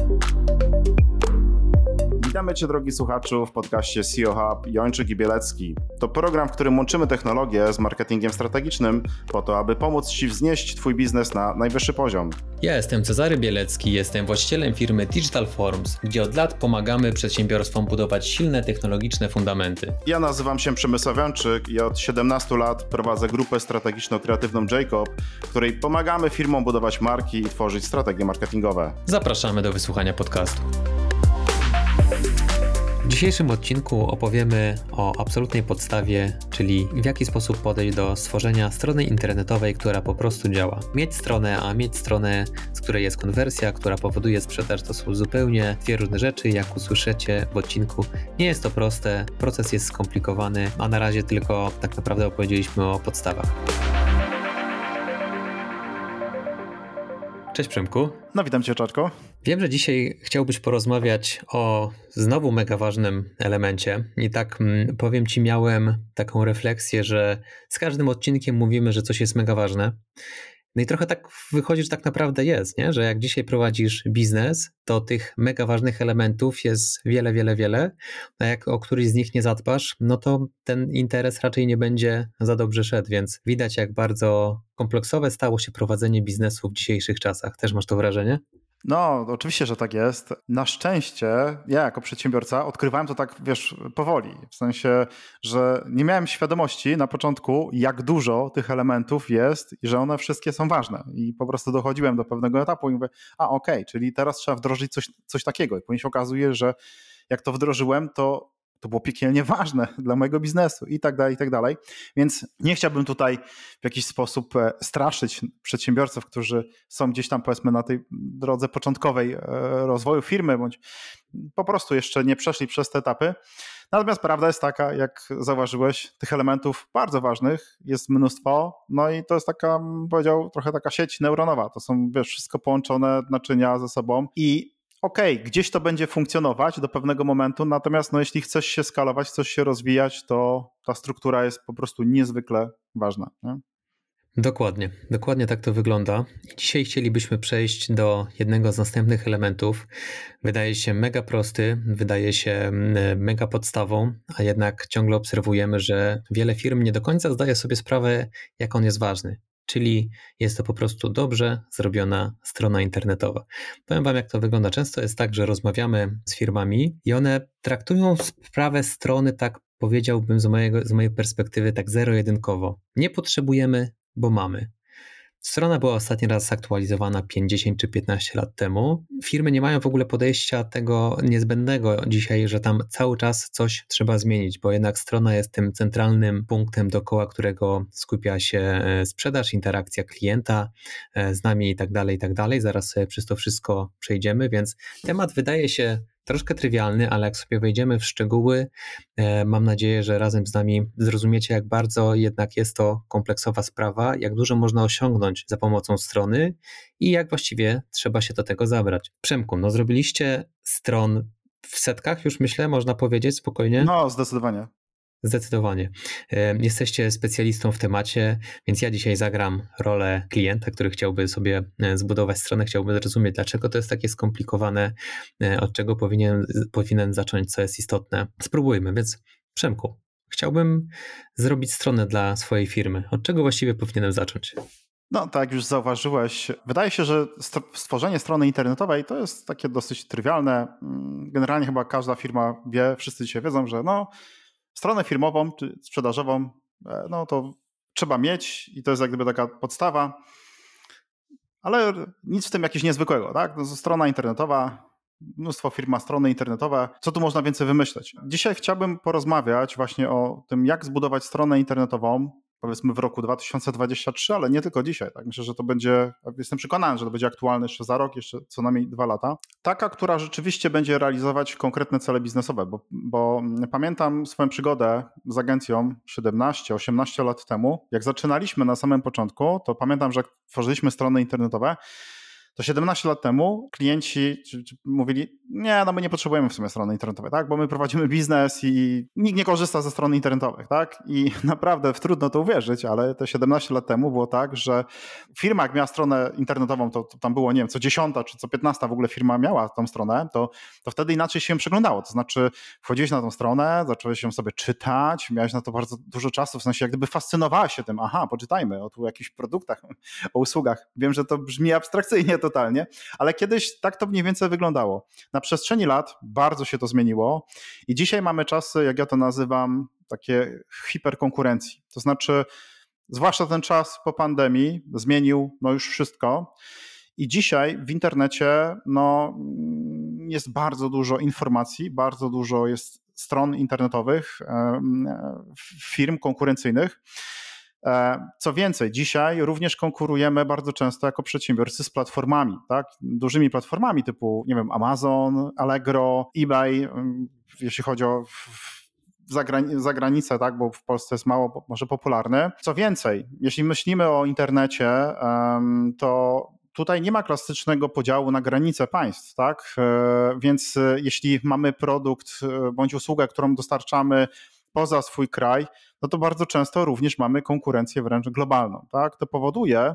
Witamy Cię, drogi słuchaczu, w podcaście SEO Hub Jończyk i Bielecki. To program, w którym łączymy technologię z marketingiem strategicznym po to, aby pomóc Ci wznieść Twój biznes na najwyższy poziom. Ja jestem Cezary Bielecki, jestem właścicielem firmy Digital Forms, gdzie od lat pomagamy przedsiębiorstwom budować silne technologiczne fundamenty. Ja nazywam się Przemysław Jończyk i od 17 lat prowadzę grupę strategiczno-kreatywną Jacob, w której pomagamy firmom budować marki i tworzyć strategie marketingowe. Zapraszamy do wysłuchania podcastu. W dzisiejszym odcinku opowiemy o absolutnej podstawie, czyli w jaki sposób podejść do stworzenia strony internetowej, która po prostu działa. Mieć stronę, z której jest konwersja, która powoduje sprzedaż, to są zupełnie dwie różne rzeczy. Jak usłyszycie w odcinku, nie jest to proste, proces jest skomplikowany, a na razie tylko tak naprawdę opowiedzieliśmy o podstawach. Cześć Przemku. No witam Cię, Czaczko. Wiem, że dzisiaj chciałbyś porozmawiać o znowu mega ważnym elemencie i tak powiem Ci, miałem taką refleksję, że z każdym odcinkiem mówimy, że coś jest mega ważne. No i trochę tak wychodzi, że tak naprawdę jest, nie? Że jak dzisiaj prowadzisz biznes, to tych mega ważnych elementów jest wiele, a jak o któryś z nich nie zadbasz, no to ten interes raczej nie będzie za dobrze szedł, więc widać, jak bardzo kompleksowe stało się prowadzenie biznesu w dzisiejszych czasach. Też masz to wrażenie? No, oczywiście, że tak jest. Na szczęście ja jako przedsiębiorca odkrywałem to tak, powoli. W sensie, że nie miałem świadomości na początku, jak dużo tych elementów jest i że one wszystkie są ważne. I po prostu dochodziłem do pewnego etapu i mówię, okej, czyli teraz trzeba wdrożyć coś takiego. I później się okazuje, że jak to wdrożyłem, to było piekielnie ważne dla mojego biznesu i tak dalej, i tak dalej. Więc nie chciałbym tutaj w jakiś sposób straszyć przedsiębiorców, którzy są gdzieś tam, powiedzmy, na tej drodze początkowej rozwoju firmy, bądź po prostu jeszcze nie przeszli przez te etapy. Natomiast prawda jest taka, jak zauważyłeś, tych elementów bardzo ważnych jest mnóstwo, no i to jest taka, powiedział, trochę taka sieć neuronowa. To są, wszystko połączone naczynia ze sobą i gdzieś to będzie funkcjonować do pewnego momentu, natomiast jeśli chcesz się skalować, chcesz się rozwijać, to ta struktura jest po prostu niezwykle ważna. Nie? Dokładnie tak to wygląda. Dzisiaj chcielibyśmy przejść do jednego z następnych elementów. Wydaje się mega prosty, wydaje się mega podstawą, a jednak ciągle obserwujemy, że wiele firm nie do końca zdaje sobie sprawę, jak on jest ważny. Czyli jest to po prostu dobrze zrobiona strona internetowa. Powiem Wam, jak to wygląda. Często jest tak, że rozmawiamy z firmami i one traktują sprawę strony, tak powiedziałbym z mojej perspektywy, tak zero-jedynkowo. Nie potrzebujemy, bo mamy. Strona była ostatni raz aktualizowana 50 czy 15 lat temu. Firmy nie mają w ogóle podejścia tego niezbędnego dzisiaj, że tam cały czas coś trzeba zmienić, bo jednak strona jest tym centralnym punktem, dookoła którego skupia się sprzedaż, interakcja klienta z nami i tak dalej. Zaraz sobie przez to wszystko przejdziemy, więc temat wydaje się troszkę trywialny, ale jak sobie wejdziemy w szczegóły, mam nadzieję, że razem z nami zrozumiecie, jak bardzo jednak jest to kompleksowa sprawa, jak dużo można osiągnąć za pomocą strony i jak właściwie trzeba się do tego zabrać. Przemku, zrobiliście stron w setkach, już myślę, można powiedzieć spokojnie? No, zdecydowanie. Zdecydowanie. Jesteście specjalistą w temacie, więc ja dzisiaj zagram rolę klienta, który chciałby sobie zbudować stronę, chciałby zrozumieć, dlaczego to jest takie skomplikowane, od czego powinien zacząć, co jest istotne. Spróbujmy, więc Przemku, chciałbym zrobić stronę dla swojej firmy. Od czego właściwie powinienem zacząć? No, tak jak już zauważyłeś, wydaje się, że stworzenie strony internetowej to jest takie dosyć trywialne. Generalnie chyba każda firma wie, wszyscy dzisiaj wiedzą, że stronę firmową czy sprzedażową, to trzeba mieć i to jest jak gdyby taka podstawa, ale nic w tym jakiegoś niezwykłego, tak? Strona internetowa, mnóstwo firm ma strony internetowe, co tu można więcej wymyśleć? Dzisiaj chciałbym porozmawiać właśnie o tym, jak zbudować stronę internetową, powiedzmy w roku 2023, ale nie tylko dzisiaj. Tak? Myślę, że to będzie, jestem przekonany, że to będzie aktualne jeszcze za rok, jeszcze co najmniej 2 lata. Taka, która rzeczywiście będzie realizować konkretne cele biznesowe, bo pamiętam swoją przygodę z agencją 17-18 lat temu. Jak zaczynaliśmy na samym początku, to pamiętam, że jak tworzyliśmy strony internetowe, to 17 lat temu klienci mówili, nie, no my nie potrzebujemy w sumie strony internetowej, tak? Bo my prowadzimy biznes i nikt nie korzysta ze stron internetowych, tak? I naprawdę trudno to uwierzyć, ale te 17 lat temu było tak, że firma jak miała stronę internetową, to tam było, nie wiem, co 10 czy co 15 w ogóle firma miała tą stronę, to wtedy inaczej się ją przeglądało. To znaczy wchodziłeś na tą stronę, zacząłeś ją sobie czytać, miałeś na to bardzo dużo czasu, w sensie jak gdyby fascynowałeś się tym, aha, poczytajmy o tu jakichś produktach, o usługach. Wiem, że to brzmi abstrakcyjnie totalnie, ale kiedyś tak to mniej więcej wyglądało. Na przestrzeni lat bardzo się to zmieniło i dzisiaj mamy czasy, jak ja to nazywam, takie hiperkonkurencji. To znaczy, zwłaszcza ten czas po pandemii zmienił już wszystko i dzisiaj w internecie jest bardzo dużo informacji, bardzo dużo jest stron internetowych, firm konkurencyjnych. Co więcej, dzisiaj również konkurujemy bardzo często jako przedsiębiorcy z platformami, tak? Dużymi platformami typu, nie wiem, Amazon, Allegro, eBay, jeśli chodzi o zagranicę, tak? Bo w Polsce jest mało może popularny. Co więcej, jeśli myślimy o internecie, to tutaj nie ma klasycznego podziału na granice państw, tak? Więc jeśli mamy produkt bądź usługę, którą dostarczamy poza swój kraj, no to bardzo często również mamy konkurencję wręcz globalną. Tak? To powoduje,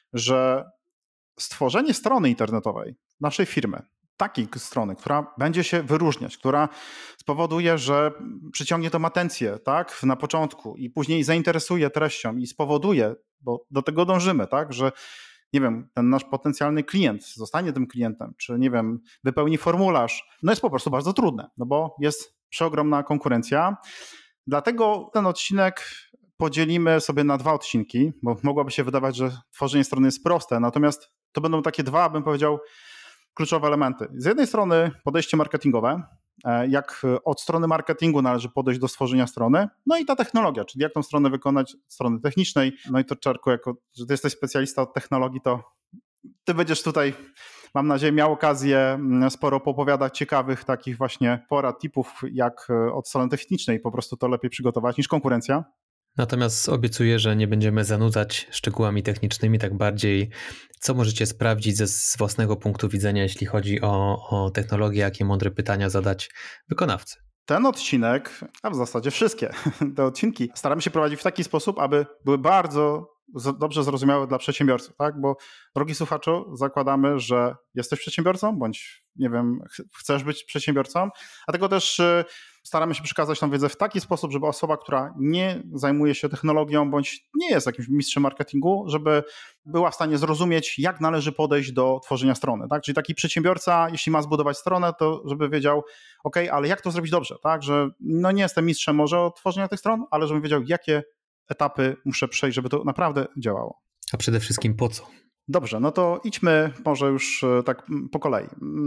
że stworzenie strony internetowej naszej firmy, takiej strony, która będzie się wyróżniać, która spowoduje, że przyciągnie tą atencję, tak, na początku i później zainteresuje treścią i spowoduje, bo do tego dążymy, tak, że nie wiem, ten nasz potencjalny klient zostanie tym klientem, czy nie wiem, wypełni formularz, no jest po prostu bardzo trudne, no bo jest przeogromna konkurencja. Dlatego ten odcinek podzielimy sobie na 2 odcinki, bo mogłoby się wydawać, że tworzenie strony jest proste, natomiast to będą takie 2, bym powiedział, kluczowe elementy. Z jednej strony podejście marketingowe, jak od strony marketingu należy podejść do stworzenia strony, no i ta technologia, czyli jak tą stronę wykonać od strony technicznej. No i to, Czarku, jako że ty jesteś specjalista od technologii, to ty będziesz tutaj, mam nadzieję, miał okazję sporo poopowiadać ciekawych takich właśnie porad, tipów, jak od strony technicznej po prostu to lepiej przygotować niż konkurencja. Natomiast obiecuję, że nie będziemy zanudzać szczegółami technicznymi, tak bardziej co możecie sprawdzić z własnego punktu widzenia, jeśli chodzi o technologię, jakie mądre pytania zadać wykonawcy. Ten odcinek, a w zasadzie wszystkie te odcinki staramy się prowadzić w taki sposób, aby były bardzo dobrze zrozumiałe dla przedsiębiorców, tak? Bo drogi słuchaczu, zakładamy, że jesteś przedsiębiorcą, bądź nie wiem, chcesz być przedsiębiorcą, dlatego też staramy się przekazać tą wiedzę w taki sposób, żeby osoba, która nie zajmuje się technologią, bądź nie jest jakimś mistrzem marketingu, żeby była w stanie zrozumieć, jak należy podejść do tworzenia strony, tak? Czyli taki przedsiębiorca, jeśli ma zbudować stronę, to żeby wiedział, ok, ale jak to zrobić dobrze, tak? Że no nie jestem mistrzem może od tworzenia tych stron, ale żebym wiedział, jakie etapy muszę przejść, żeby to naprawdę działało. A przede wszystkim po co? Dobrze, no to idźmy może już tak po kolei.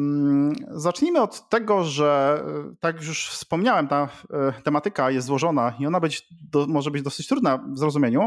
Zacznijmy od tego, że tak jak już wspomniałem, ta tematyka jest złożona i ona może być dosyć trudna w zrozumieniu.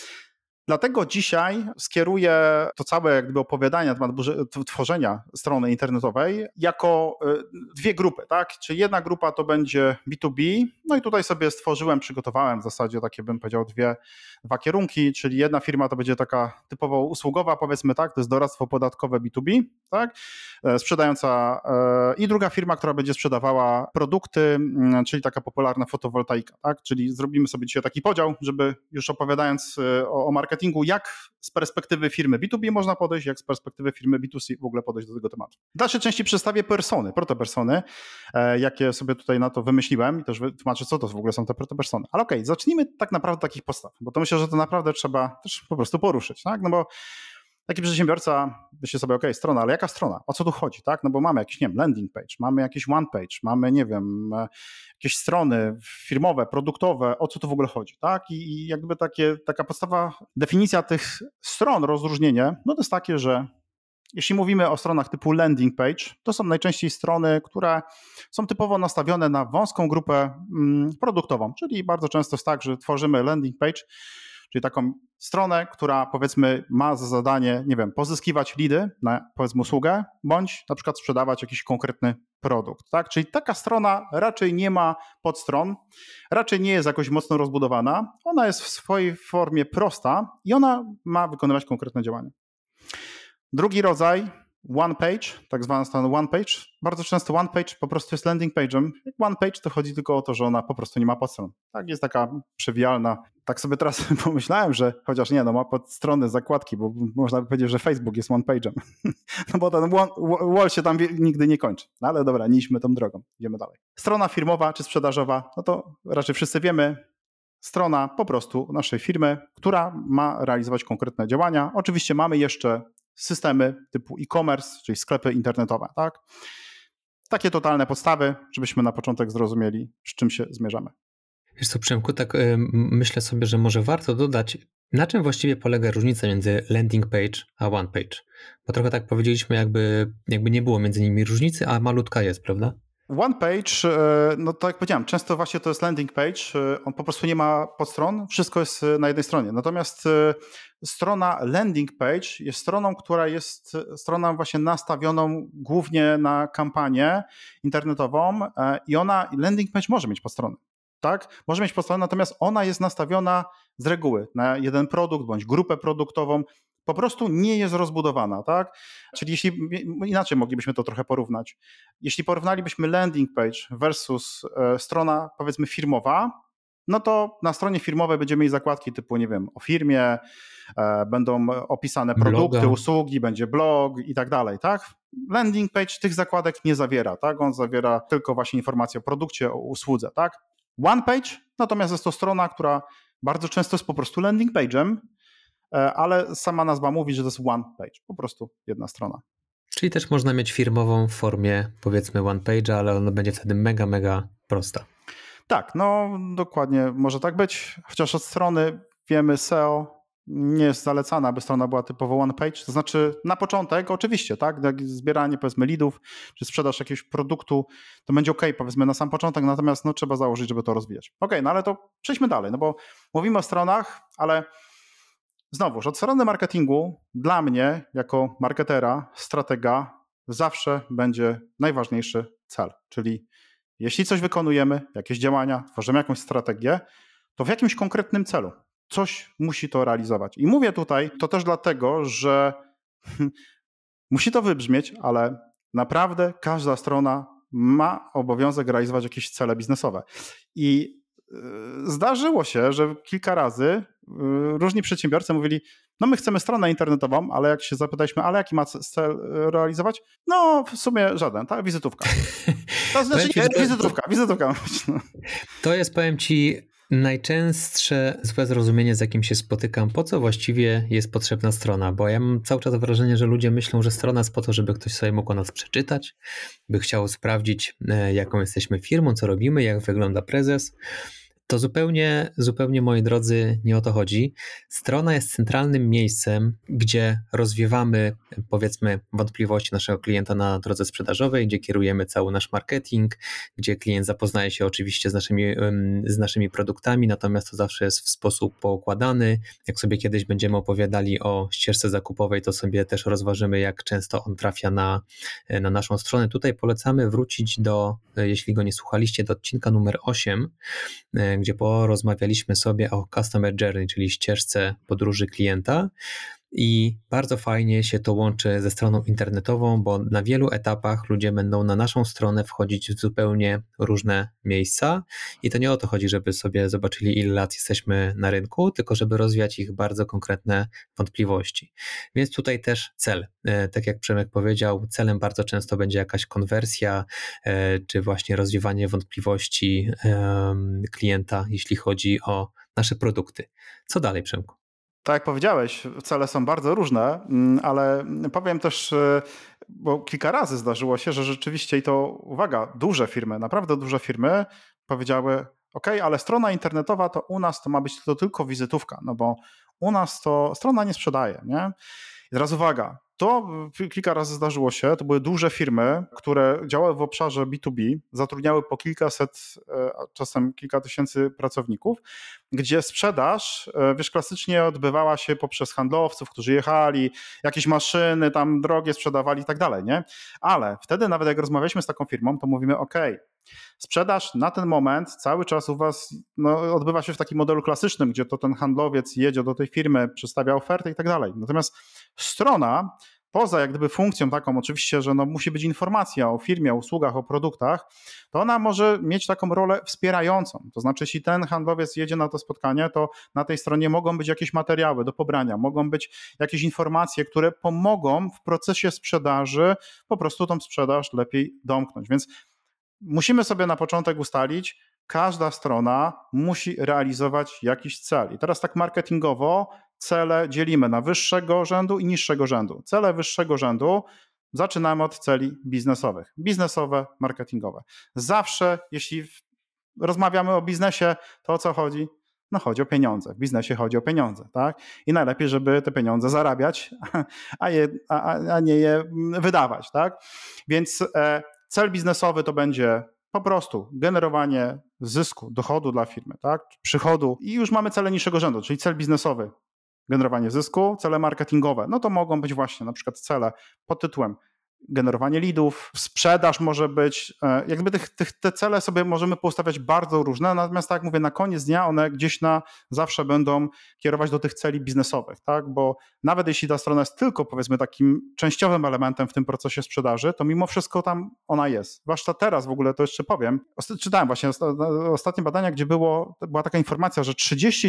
Dlatego dzisiaj skieruję to całe jak gdyby opowiadanie na temat tworzenia strony internetowej jako 2 grupy, tak? Czyli jedna grupa to będzie B2B, no i tutaj sobie przygotowałem w zasadzie takie, bym powiedział, dwa kierunki, czyli jedna firma to będzie taka typowo usługowa, powiedzmy tak, to jest doradztwo podatkowe B2B, tak? Sprzedająca i druga firma, która będzie sprzedawała produkty, czyli taka popularna fotowoltaika, tak? Czyli zrobimy sobie dzisiaj taki podział, żeby już opowiadając o marketingu, jak z perspektywy firmy B2B można podejść, jak z perspektywy firmy B2C w ogóle podejść do tego tematu. W dalszej części przedstawię protopersony, jakie sobie tutaj na to wymyśliłem i też wytłumaczę, co to w ogóle są te protopersony. Ale okej, zacznijmy tak naprawdę takich postaw, bo to myślę, że to naprawdę trzeba też po prostu poruszyć, tak? No bo taki przedsiębiorca myśli sobie, strona, ale jaka strona? O co tu chodzi, tak? No bo mamy jakiś, nie wiem, landing page, mamy jakiś one page, mamy, nie wiem, jakieś strony firmowe, produktowe, o co tu w ogóle chodzi, tak? I jakby taka podstawa definicja tych stron, rozróżnienie, no to jest takie, że jeśli mówimy o stronach typu landing page, to są najczęściej strony, które są typowo nastawione na wąską grupę produktową, czyli bardzo często jest tak, że tworzymy landing page, czyli taką stronę, która powiedzmy ma za zadanie, nie wiem, pozyskiwać leady na powiedzmy usługę, bądź na przykład sprzedawać jakiś konkretny produkt, tak? Czyli taka strona raczej nie ma podstron, raczej nie jest jakoś mocno rozbudowana, ona jest w swojej formie prosta i ona ma wykonywać konkretne działania. Drugi rodzaj one page, tak zwany stan one page. Bardzo często one page po prostu jest landing page'em. One page to chodzi tylko o to, że ona po prostu nie ma podstron. Tak, jest taka przewijalna. Tak sobie teraz pomyślałem, że chociaż nie, no ma podstrony, zakładki, bo można by powiedzieć, że Facebook jest one page'em. No bo ten wall się tam nigdy nie kończy. No ale dobra, nie idźmy tą drogą. Idziemy dalej. Strona firmowa czy sprzedażowa, no to raczej wszyscy wiemy, strona po prostu naszej firmy, która ma realizować konkretne działania. Oczywiście mamy jeszcze systemy typu e-commerce, czyli sklepy internetowe, tak? Takie totalne podstawy, żebyśmy na początek zrozumieli, z czym się zmierzamy. Wiesz co, Przemku, tak myślę sobie, że może warto dodać, na czym właściwie polega różnica między landing page a one page? Bo trochę tak powiedzieliśmy, jakby nie było między nimi różnicy, a malutka jest, prawda? One page, no tak jak powiedziałem, często właśnie to jest landing page, on po prostu nie ma podstron, wszystko jest na jednej stronie. Natomiast strona landing page jest stroną, która jest stroną właśnie nastawioną głównie na kampanię internetową i landing page może mieć podstrony. Tak? Może mieć podstronę, natomiast ona jest nastawiona z reguły na jeden produkt bądź grupę produktową, po prostu nie jest rozbudowana, tak? Czyli inaczej moglibyśmy to trochę porównać. Jeśli porównalibyśmy landing page versus strona, powiedzmy, firmowa, no to na stronie firmowej będziemy mieli zakładki typu, nie wiem, o firmie, będą opisane produkty, Bloga. usługi, będzie blog i tak dalej, tak? Landing page tych zakładek nie zawiera, tak? On zawiera tylko właśnie informacje o produkcie, o usłudze, tak? One page, natomiast jest to strona, która bardzo często jest po prostu landing page'em, ale sama nazwa mówi, że to jest one page, po prostu jedna strona. Czyli też można mieć firmową w formie, powiedzmy, one page'a, ale ona będzie wtedy mega, mega prosta. Tak, no dokładnie może tak być, chociaż od strony wiemy SEO nie jest zalecana, aby strona była typowo one page, to znaczy na początek oczywiście, tak, jak zbieranie powiedzmy leadów, czy sprzedaż jakiegoś produktu, to będzie ok, powiedzmy na sam początek, natomiast no trzeba założyć, żeby to rozwijać. No ale to przejdźmy dalej, no bo mówimy o stronach, ale znowuż, od strony marketingu dla mnie, jako marketera, stratega, zawsze będzie najważniejszy cel, czyli jeśli coś wykonujemy, jakieś działania, tworzymy jakąś strategię, to w jakimś konkretnym celu coś musi to realizować. I mówię tutaj to też dlatego, że musi to wybrzmieć, ale naprawdę każda strona ma obowiązek realizować jakieś cele biznesowe. I zdarzyło się, że kilka razy różni przedsiębiorcy mówili, no my chcemy stronę internetową, ale jak się zapytaliśmy, ale jaki ma cel realizować? No w sumie żaden, tak? Wizytówka. To znaczy wizytówka. To jest, powiem ci, najczęstsze złe zrozumienie, z jakim się spotykam, po co właściwie jest potrzebna strona, bo ja mam cały czas wrażenie, że ludzie myślą, że strona jest po to, żeby ktoś sobie mógł o nas przeczytać, by chciał sprawdzić, jaką jesteśmy firmą, co robimy, jak wygląda prezes. To zupełnie, moi drodzy, nie o to chodzi. Strona jest centralnym miejscem, gdzie rozwiewamy, powiedzmy, wątpliwości naszego klienta na drodze sprzedażowej, gdzie kierujemy cały nasz marketing, gdzie klient zapoznaje się oczywiście z naszymi produktami, natomiast to zawsze jest w sposób poukładany. Jak sobie kiedyś będziemy opowiadali o ścieżce zakupowej, to sobie też rozważymy, jak często on trafia na naszą stronę. Tutaj polecamy wrócić jeśli go nie słuchaliście, do odcinka numer 8, gdzie porozmawialiśmy sobie o Customer Journey, czyli ścieżce podróży klienta, i bardzo fajnie się to łączy ze stroną internetową, bo na wielu etapach ludzie będą na naszą stronę wchodzić w zupełnie różne miejsca i to nie o to chodzi, żeby sobie zobaczyli, ile lat jesteśmy na rynku, tylko żeby rozwiać ich bardzo konkretne wątpliwości. Więc tutaj też cel. Tak jak Przemek powiedział, celem bardzo często będzie jakaś konwersja, czy właśnie rozwiewanie wątpliwości klienta, jeśli chodzi o nasze produkty. Co dalej, Przemku? Tak jak powiedziałeś, cele są bardzo różne, ale powiem też, bo kilka razy zdarzyło się, że rzeczywiście i to, uwaga, duże firmy, naprawdę duże firmy powiedziały, ok, ale strona internetowa to u nas to ma być to tylko wizytówka, no bo u nas to strona nie sprzedaje, nie? I teraz uwaga, to kilka razy zdarzyło się, to były duże firmy, które działały w obszarze B2B, zatrudniały po kilkaset, czasem kilka tysięcy pracowników, gdzie sprzedaż, wiesz, klasycznie odbywała się poprzez handlowców, którzy jechali, jakieś maszyny tam drogie sprzedawali i tak dalej, nie? Ale wtedy nawet jak rozmawialiśmy z taką firmą, to mówimy, ok, sprzedaż na ten moment cały czas u was odbywa się w takim modelu klasycznym, gdzie to ten handlowiec jedzie do tej firmy, przedstawia ofertę i tak dalej. Natomiast strona poza jak gdyby funkcją taką oczywiście, że no musi być informacja o firmie, o usługach, o produktach, to ona może mieć taką rolę wspierającą. To znaczy, jeśli ten handlowiec jedzie na to spotkanie, to na tej stronie mogą być jakieś materiały do pobrania, mogą być jakieś informacje, które pomogą w procesie sprzedaży po prostu tą sprzedaż lepiej domknąć. Więc musimy sobie na początek ustalić, każda strona musi realizować jakiś cel. I teraz tak marketingowo cele dzielimy na wyższego rzędu i niższego rzędu. Cele wyższego rzędu zaczynamy od celi biznesowych. Biznesowe, marketingowe. Zawsze, jeśli rozmawiamy o biznesie, to o co chodzi? No chodzi o pieniądze. W biznesie chodzi o pieniądze, tak? I najlepiej, żeby te pieniądze zarabiać, a nie je wydawać, tak? Więc cel biznesowy to będzie po prostu generowanie zysku, dochodu dla firmy, tak? Przychodu i już mamy cele niższego rzędu, czyli cel biznesowy, generowanie zysku, cele marketingowe, no to mogą być właśnie na przykład cele pod tytułem generowanie leadów, sprzedaż może być, jakby te cele sobie możemy poustawiać bardzo różne, natomiast tak jak mówię, na koniec dnia one gdzieś zawsze będą kierować do tych celi biznesowych, tak, bo nawet jeśli ta strona jest tylko powiedzmy takim częściowym elementem w tym procesie sprzedaży, to mimo wszystko tam ona jest. Zwłaszcza teraz w ogóle to jeszcze powiem, czytałem właśnie ostatnie badania, gdzie była taka informacja, że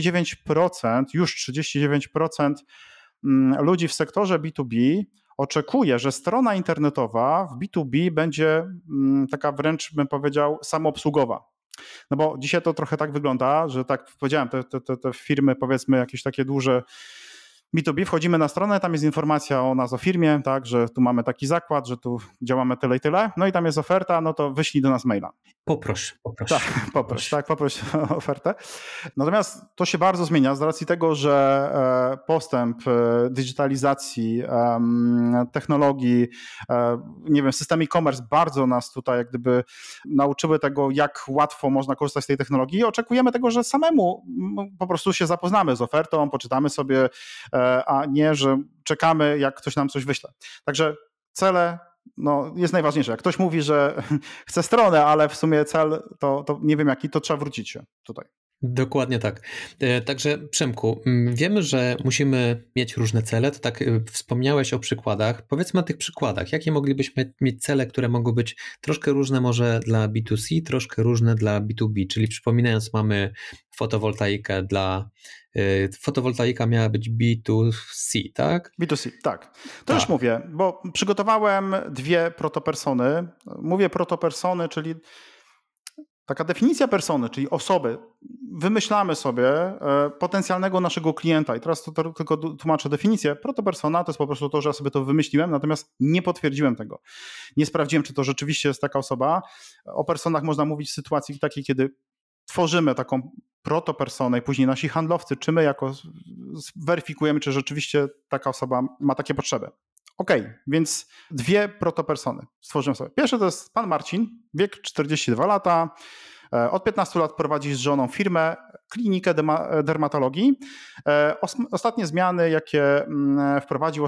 39% ludzi w sektorze B2B oczekuje, że strona internetowa w B2B będzie taka wręcz, bym powiedział, samoobsługowa. No bo dzisiaj to trochę tak wygląda, że tak jak powiedziałem, te firmy powiedzmy jakieś takie duże B2B, wchodzimy na stronę, tam jest informacja o nas, o firmie, tak, że tu mamy taki zakład, że tu działamy tyle i tyle, no i tam jest oferta, no to wyślij do nas maila. Poproś. Poproś o ofertę. Natomiast to się bardzo zmienia z racji tego, że postęp digitalizacji, technologii, nie wiem, systemy e-commerce bardzo nas tutaj jak gdyby nauczyły tego, jak łatwo można korzystać z tej technologii i oczekujemy tego, że samemu po prostu się zapoznamy z ofertą, poczytamy sobie, a nie, że czekamy, jak ktoś nam coś wyśle. Także cele jest najważniejsze. Jak ktoś mówi, że chce stronę, ale w sumie cel to nie wiem jaki, to trzeba wrócić się tutaj. Dokładnie tak. Także Przemku, wiemy, że musimy mieć różne cele, to tak wspomniałeś o przykładach. Powiedzmy o tych przykładach. Jakie moglibyśmy mieć cele, które mogą być troszkę różne może dla B2C, troszkę różne dla B2B, czyli przypominając, mamy fotowoltaikę fotowoltaika miała być B2C, tak? B2C, tak. To już mówię, bo przygotowałem 2 protopersony. Mówię protopersony, czyli taka definicja persony, czyli osoby. Wymyślamy sobie potencjalnego naszego klienta i teraz to tylko tłumaczę definicję. Protopersona to jest po prostu to, że ja sobie to wymyśliłem, natomiast nie potwierdziłem tego. Nie sprawdziłem, czy to rzeczywiście jest taka osoba. O personach można mówić w sytuacji takiej, kiedy tworzymy taką protopersonę i później nasi handlowcy, czy my jako weryfikujemy, czy rzeczywiście taka osoba ma takie potrzeby. Okej, więc 2 protopersony stworzyłem sobie. Pierwszy to jest pan Marcin, wiek 42 lata, od 15 lat prowadzi z żoną firmę, klinikę dermatologii. Ostatnie zmiany, jakie wprowadził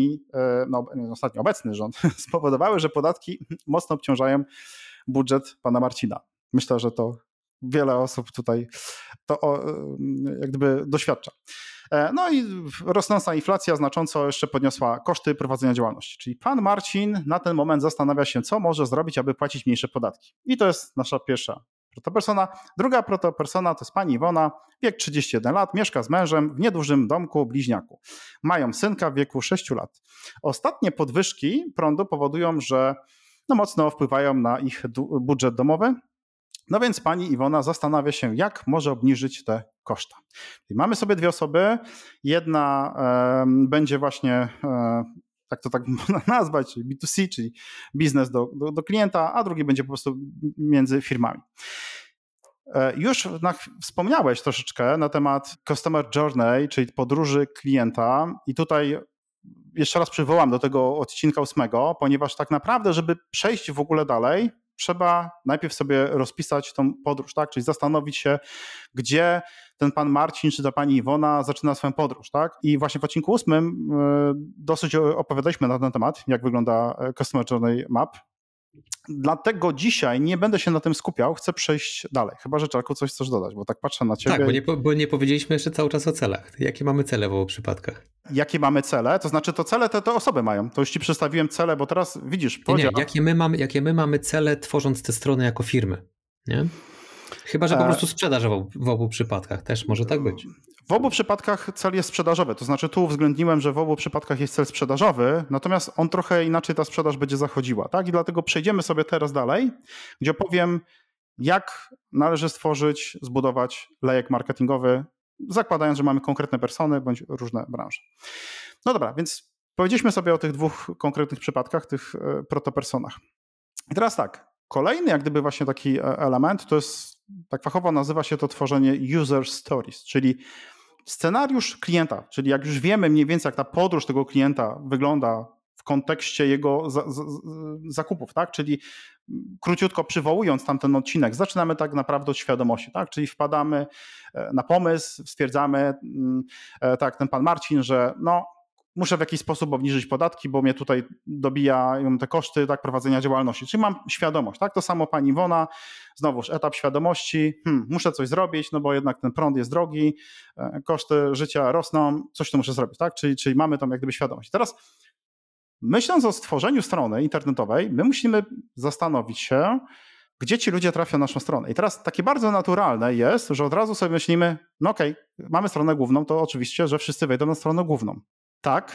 obecny rząd, spowodowały, że podatki mocno obciążają budżet pana Marcina. Myślę, że to wiele osób tutaj to jak gdyby doświadcza. No i rosnąca inflacja znacząco jeszcze podniosła koszty prowadzenia działalności. Czyli pan Marcin na ten moment zastanawia się, co może zrobić, aby płacić mniejsze podatki. I to jest nasza pierwsza protopersona. Druga protopersona to jest pani Iwona, wiek 31 lat, mieszka z mężem w niedużym domku bliźniaku. Mają synka w wieku 6 lat. Ostatnie podwyżki prądu powodują, że mocno wpływają na ich budżet domowy. No więc pani Iwona zastanawia się, jak może obniżyć te koszta. I mamy sobie 2 osoby. Jedna będzie właśnie, tak można nazwać, czyli B2C, czyli biznes do klienta, a drugi będzie po prostu między firmami. Już wspomniałeś troszeczkę na temat Customer Journey, czyli podróży klienta i tutaj jeszcze raz przywołam do tego odcinka 8, ponieważ tak naprawdę, żeby przejść w ogóle dalej, trzeba najpierw sobie rozpisać tą podróż, tak? Czyli zastanowić się, gdzie ten pan Marcin czy ta pani Iwona zaczyna swoją podróż, tak? I właśnie w odcinku 8 dosyć opowiadaliśmy na ten temat, jak wygląda Customer Journey Map. Dlatego dzisiaj nie będę się na tym skupiał, chcę przejść dalej. Chyba, że Czarku coś chcesz dodać, bo tak patrzę na ciebie. Tak, bo nie powiedzieliśmy jeszcze cały czas o celach. Jakie mamy cele w obu przypadkach? Jakie mamy cele? To znaczy to cele te osoby mają. To już ci przedstawiłem cele, bo teraz widzisz, podział... Jakie my mamy cele tworząc te strony jako firmy, nie? Chyba, że po prostu sprzedaż w obu przypadkach. Też może tak być. W obu przypadkach cel jest sprzedażowy. To znaczy tu uwzględniłem, że w obu przypadkach jest cel sprzedażowy, natomiast on trochę inaczej ta sprzedaż będzie zachodziła. Tak? I dlatego przejdziemy sobie teraz dalej, gdzie opowiem, jak należy stworzyć, zbudować lejek marketingowy, zakładając, że mamy konkretne persony bądź różne branże. No dobra, więc powiedzieliśmy sobie o tych dwóch konkretnych przypadkach, tych protopersonach. I teraz tak, kolejny jak gdyby właśnie taki element, to jest, tak fachowo nazywa się to tworzenie user stories, czyli scenariusz klienta, czyli jak już wiemy mniej więcej jak ta podróż tego klienta wygląda w kontekście jego zakupów, tak? Czyli króciutko przywołując tamten odcinek, zaczynamy tak naprawdę od świadomości, tak? Czyli wpadamy na pomysł, stwierdzamy, tak, ten pan Marcin, że no muszę w jakiś sposób obniżyć podatki, bo mnie tutaj dobijają te koszty tak, prowadzenia działalności. Czyli mam świadomość, tak? To samo pani Iwona, znowuż etap świadomości, muszę coś zrobić, no bo jednak ten prąd jest drogi, koszty życia rosną, coś tu muszę zrobić, tak? Czyli mamy tam jak gdyby świadomość. Teraz myśląc o stworzeniu strony internetowej, my musimy zastanowić się, gdzie ci ludzie trafią na naszą stronę. I teraz takie bardzo naturalne jest, że od razu sobie myślimy, no okej, mamy stronę główną, to oczywiście, że wszyscy wejdą na stronę główną. Tak,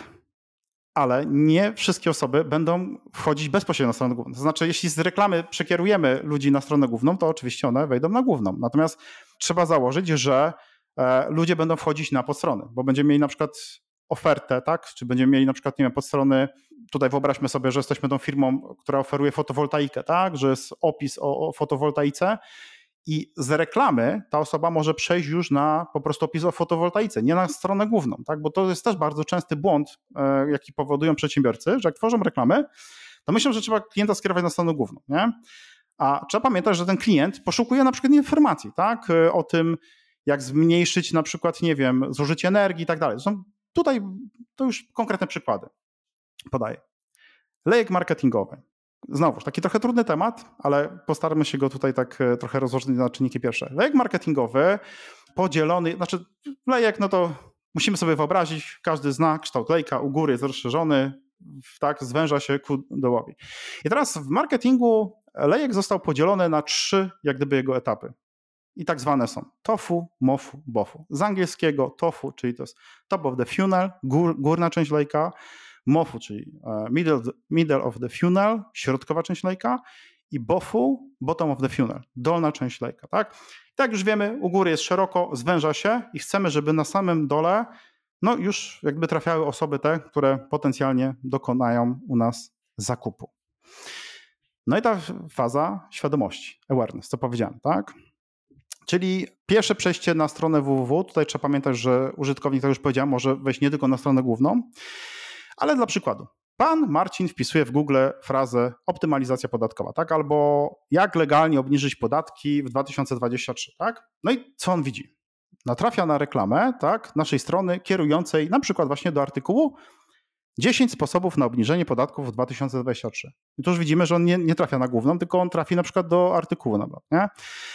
ale nie wszystkie osoby będą wchodzić bezpośrednio na stronę główną. To znaczy, jeśli z reklamy przekierujemy ludzi na stronę główną, to oczywiście one wejdą na główną. Natomiast trzeba założyć, że ludzie będą wchodzić na podstrony, bo będziemy mieli na przykład ofertę, tak? Czy będziemy mieli na przykład, nie wiem, podstrony, tutaj wyobraźmy sobie, że jesteśmy tą firmą, która oferuje fotowoltaikę, tak? Że jest opis o fotowoltaice i z reklamy ta osoba może przejść już na po prostu opis o fotowoltaice, nie na stronę główną, tak? Bo to jest też bardzo częsty błąd, jaki powodują przedsiębiorcy, że jak tworzą reklamy, to myślą, że trzeba klienta skierować na stronę główną, nie? A trzeba pamiętać, że ten klient poszukuje na przykład informacji, tak? O tym, jak zmniejszyć na przykład, nie wiem, zużycie energii i tak dalej. Zresztą tutaj to już konkretne przykłady podaję. Lejek marketingowy. Znowuż, taki trochę trudny temat, ale postaramy się go tutaj tak trochę rozłożyć na czynniki pierwsze. Lejek marketingowy podzielony, znaczy lejek, no to musimy sobie wyobrazić, każdy zna kształt lejka, u góry jest rozszerzony, tak, zwęża się ku dołowi. I teraz w marketingu lejek został podzielony na 3 jak gdyby jego etapy. I tak zwane są tofu, mofu, bofu. Z angielskiego tofu, czyli to jest top of the funnel, górna część lejka, mofu, czyli middle of the funnel, środkowa część lejka i bofu, bottom of the funnel, dolna część lejka. Tak? I tak już wiemy, u góry jest szeroko, zwęża się i chcemy, żeby na samym dole no już jakby trafiały osoby te, które potencjalnie dokonają u nas zakupu. No i ta faza świadomości, awareness, co powiedziałem, tak? Czyli pierwsze przejście na stronę www, tutaj trzeba pamiętać, że użytkownik, tak już powiedziałem, może wejść nie tylko na stronę główną, ale dla przykładu. Pan Marcin wpisuje w Google frazę optymalizacja podatkowa, tak? Albo jak legalnie obniżyć podatki w 2023, tak? No i co on widzi? Natrafia na reklamę, tak? Naszej strony kierującej na przykład właśnie do artykułu 10 sposobów na obniżenie podatków w 2023. I tu już widzimy, że on nie trafia na główną, tylko on trafi na przykład do artykułu nawet, nie?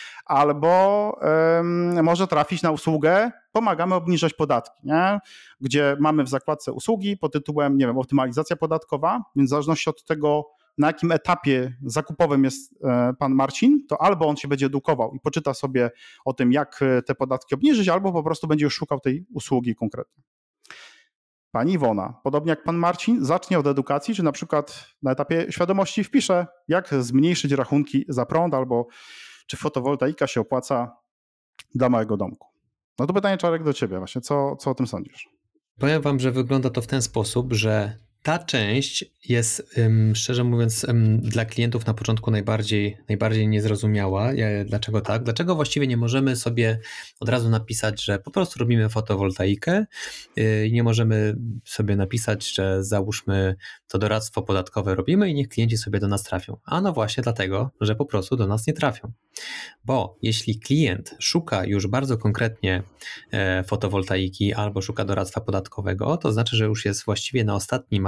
Albo może trafić na usługę pomagamy obniżać podatki, nie? Gdzie mamy w zakładce usługi pod tytułem, nie wiem, optymalizacja podatkowa, więc w zależności od tego, na jakim etapie zakupowym jest pan Marcin, to albo on się będzie edukował i poczyta sobie o tym, jak te podatki obniżyć, albo po prostu będzie już szukał tej usługi konkretnie. Pani Iwona, podobnie jak pan Marcin, zacznie od edukacji, czy na przykład na etapie świadomości wpisze, jak zmniejszyć rachunki za prąd, albo czy fotowoltaika się opłaca dla małego domku. No to pytanie, Czarek, do ciebie właśnie. Co o tym sądzisz? Powiem wam, że wygląda to w ten sposób, że ta część jest, szczerze mówiąc, dla klientów na początku najbardziej niezrozumiała. Dlaczego tak? Dlaczego właściwie nie możemy sobie od razu napisać, że po prostu robimy fotowoltaikę i nie możemy sobie napisać, że załóżmy to doradztwo podatkowe robimy i niech klienci sobie do nas trafią. A no właśnie dlatego, że po prostu do nas nie trafią. Bo jeśli klient szuka już bardzo konkretnie fotowoltaiki albo szuka doradztwa podatkowego, to znaczy, że już jest właściwie na ostatnim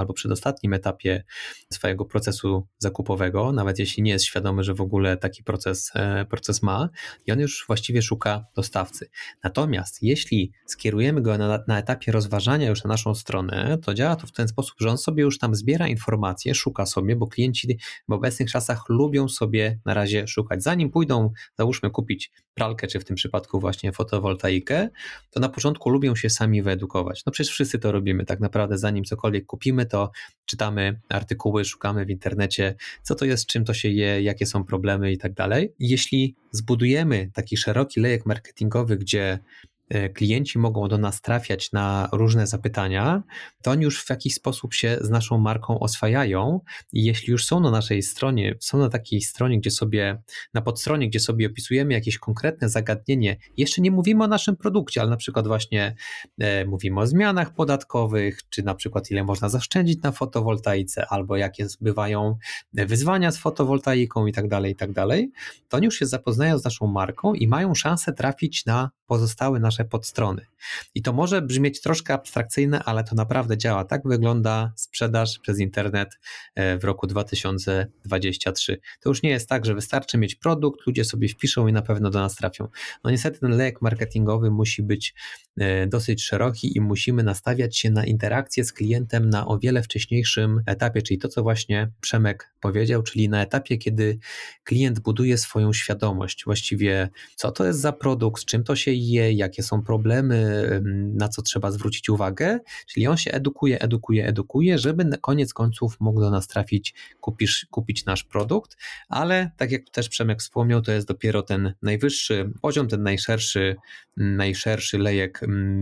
albo przedostatnim etapie swojego procesu zakupowego, nawet jeśli nie jest świadomy, że w ogóle taki proces ma i on już właściwie szuka dostawcy. Natomiast jeśli skierujemy go na etapie rozważania już na naszą stronę, to działa to w ten sposób, że on sobie już tam zbiera informacje, szuka sobie, bo klienci w obecnych czasach lubią sobie na razie szukać. Zanim pójdą, załóżmy, kupić pralkę, czy w tym przypadku właśnie fotowoltaikę, to na początku lubią się sami wyedukować. No przecież wszyscy to robimy tak naprawdę, zanim cokolwiek kupimy, to czytamy artykuły, szukamy w internecie, co to jest, czym to się je, jakie są problemy i tak dalej. Jeśli zbudujemy taki szeroki lejek marketingowy, gdzie klienci mogą do nas trafiać na różne zapytania, to oni już w jakiś sposób się z naszą marką oswajają i jeśli już są na naszej stronie, są na takiej stronie, na podstronie, gdzie sobie opisujemy jakieś konkretne zagadnienie, jeszcze nie mówimy o naszym produkcie, ale na przykład właśnie mówimy o zmianach podatkowych, czy na przykład ile można zaoszczędzić na fotowoltaice, albo jakie bywają wyzwania z fotowoltaiką i tak dalej, to oni już się zapoznają z naszą marką i mają szansę trafić na pozostałe nasze podstrony. I to może brzmieć troszkę abstrakcyjne, ale to naprawdę działa. Tak wygląda sprzedaż przez internet w roku 2023. To już nie jest tak, że wystarczy mieć produkt, ludzie sobie wpiszą i na pewno do nas trafią. No niestety ten lejek marketingowy musi być dosyć szeroki i musimy nastawiać się na interakcję z klientem na o wiele wcześniejszym etapie, czyli to, co właśnie Przemek powiedział, czyli na etapie, kiedy klient buduje swoją świadomość, właściwie co to jest za produkt, z czym to się je, jakie są problemy, na co trzeba zwrócić uwagę, czyli on się edukuje, żeby na koniec końców mógł do nas trafić, kupić nasz produkt, ale tak jak też Przemek wspomniał, to jest dopiero ten najwyższy poziom, ten najszerszy lejek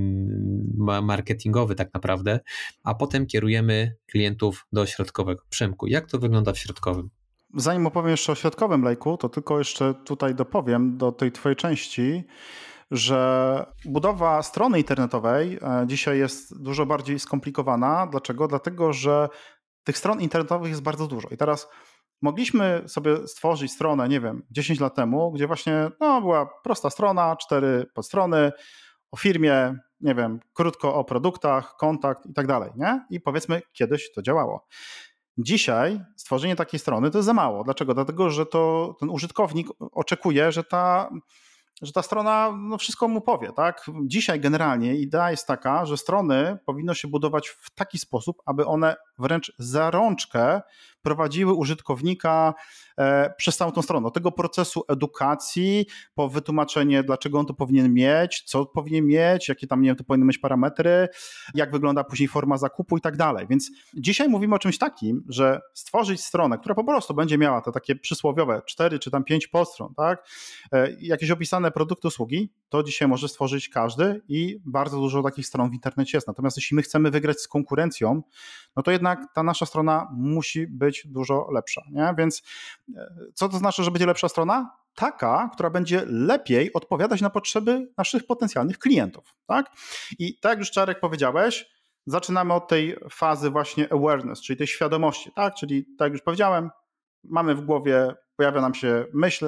marketingowy tak naprawdę, a potem kierujemy klientów do środkowego. Przemku, jak to wygląda w środkowym? Zanim opowiem jeszcze o środkowym lejku, to tylko jeszcze tutaj dopowiem do tej twojej części, że budowa strony internetowej dzisiaj jest dużo bardziej skomplikowana. Dlaczego? Dlatego, że tych stron internetowych jest bardzo dużo. I teraz mogliśmy sobie stworzyć stronę, nie wiem, 10 lat temu, gdzie właśnie była prosta strona, 4 podstrony, o firmie, nie wiem, krótko o produktach, kontakt i tak dalej, nie? I powiedzmy, kiedyś to działało. Dzisiaj stworzenie takiej strony to jest za mało. Dlaczego? Dlatego, że ten użytkownik oczekuje, że ta strona wszystko mu powie. Tak? Dzisiaj generalnie idea jest taka, że strony powinno się budować w taki sposób, aby one wręcz za rączkę prowadziły użytkownika przez całą tą stronę. Od tego procesu edukacji, po wytłumaczenie, dlaczego on to powinien mieć, co powinien mieć, jakie tam, nie wiem, to powinny mieć parametry, jak wygląda później forma zakupu i tak dalej. Więc dzisiaj mówimy o czymś takim, że stworzyć stronę, która po prostu będzie miała te takie przysłowiowe 4 czy tam 5 podstron, tak? Jakieś opisane produkty, usługi, to dzisiaj może stworzyć każdy i bardzo dużo takich stron w internecie jest. Natomiast jeśli my chcemy wygrać z konkurencją, no to jednak ta nasza strona musi być dużo lepsza, nie? Więc co to znaczy, że będzie lepsza strona? Taka, która będzie lepiej odpowiadać na potrzeby naszych potencjalnych klientów, tak? I tak jak już Czarek powiedziałeś, zaczynamy od tej fazy właśnie awareness, czyli tej świadomości, tak? Czyli tak jak już powiedziałem, mamy w głowie, pojawia nam się myśl,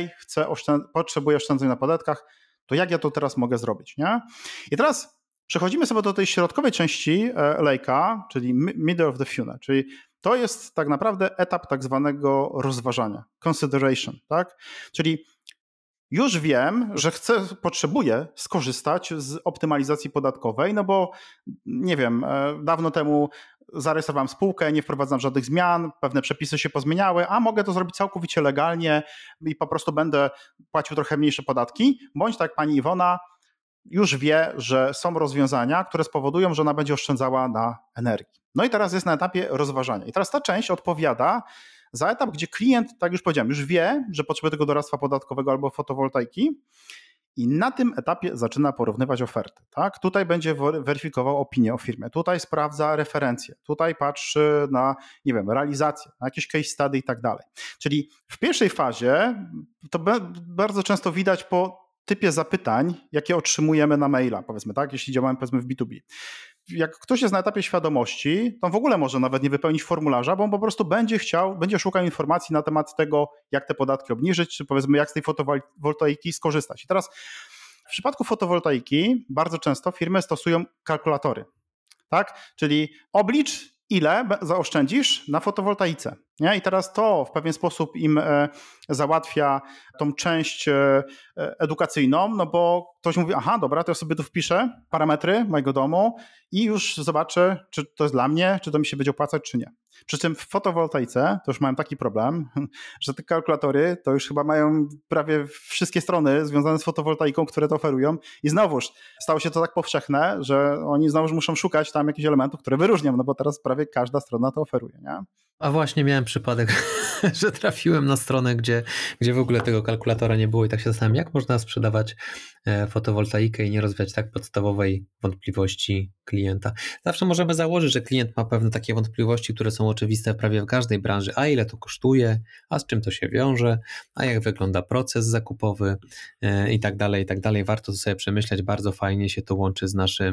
potrzebuję oszczędzeń na podatkach, to jak ja to teraz mogę zrobić, nie? I teraz przechodzimy sobie do tej środkowej części lejka, czyli middle of the funnel, czyli to jest tak naprawdę etap tak zwanego rozważania, consideration, tak? Czyli już wiem, że potrzebuję skorzystać z optymalizacji podatkowej, no bo nie wiem, dawno temu zarejestrowałem spółkę, nie wprowadzam żadnych zmian, pewne przepisy się pozmieniały, a mogę to zrobić całkowicie legalnie i po prostu będę płacił trochę mniejsze podatki, bądź tak jak pani Iwona już wie, że są rozwiązania, które spowodują, że ona będzie oszczędzała na energii. No i teraz jest na etapie rozważania. I teraz ta część odpowiada za etap, gdzie klient, tak już powiedziałem, już wie, że potrzebuje tego doradztwa podatkowego albo fotowoltaiki i na tym etapie zaczyna porównywać oferty. Tak? Tutaj będzie weryfikował opinię o firmie, tutaj sprawdza referencje, tutaj patrzy na, nie wiem, realizację, na jakieś case study i tak dalej. Czyli w pierwszej fazie to bardzo często widać po typie zapytań, jakie otrzymujemy na maila, powiedzmy, tak, jeśli działamy, powiedzmy, w B2B. Jak ktoś jest na etapie świadomości, to w ogóle może nawet nie wypełnić formularza, bo on po prostu będzie szukał informacji na temat tego, jak te podatki obniżyć, czy powiedzmy, jak z tej fotowoltaiki skorzystać. I teraz w przypadku fotowoltaiki bardzo często firmy stosują kalkulatory, tak? Czyli oblicz ile zaoszczędzisz na fotowoltaice. Nie? I teraz to w pewien sposób im załatwia tą część edukacyjną, no bo ktoś mówi, aha, dobra, to ja sobie tu wpiszę parametry mojego domu i już zobaczę, czy to jest dla mnie, czy to mi się będzie opłacać, czy nie. Przy czym w fotowoltaice to już mają taki problem, że te kalkulatory to już chyba mają prawie wszystkie strony związane z fotowoltaiką, które to oferują i znowuż stało się to tak powszechne, że oni znowuż muszą szukać tam jakichś elementów, które wyróżnią, no bo teraz prawie każda strona to oferuje, nie? A właśnie miałem przypadek, że trafiłem na stronę, gdzie w ogóle tego kalkulatora nie było i tak się zastanawiam, jak można sprzedawać fotowoltaikę i nie rozwiać tak podstawowej wątpliwości klienta. Zawsze możemy założyć, że klient ma pewne takie wątpliwości, które są oczywiste prawie w każdej branży, a ile to kosztuje, a z czym to się wiąże, a jak wygląda proces zakupowy i tak dalej, i tak dalej. Warto to sobie przemyśleć, bardzo fajnie się to łączy z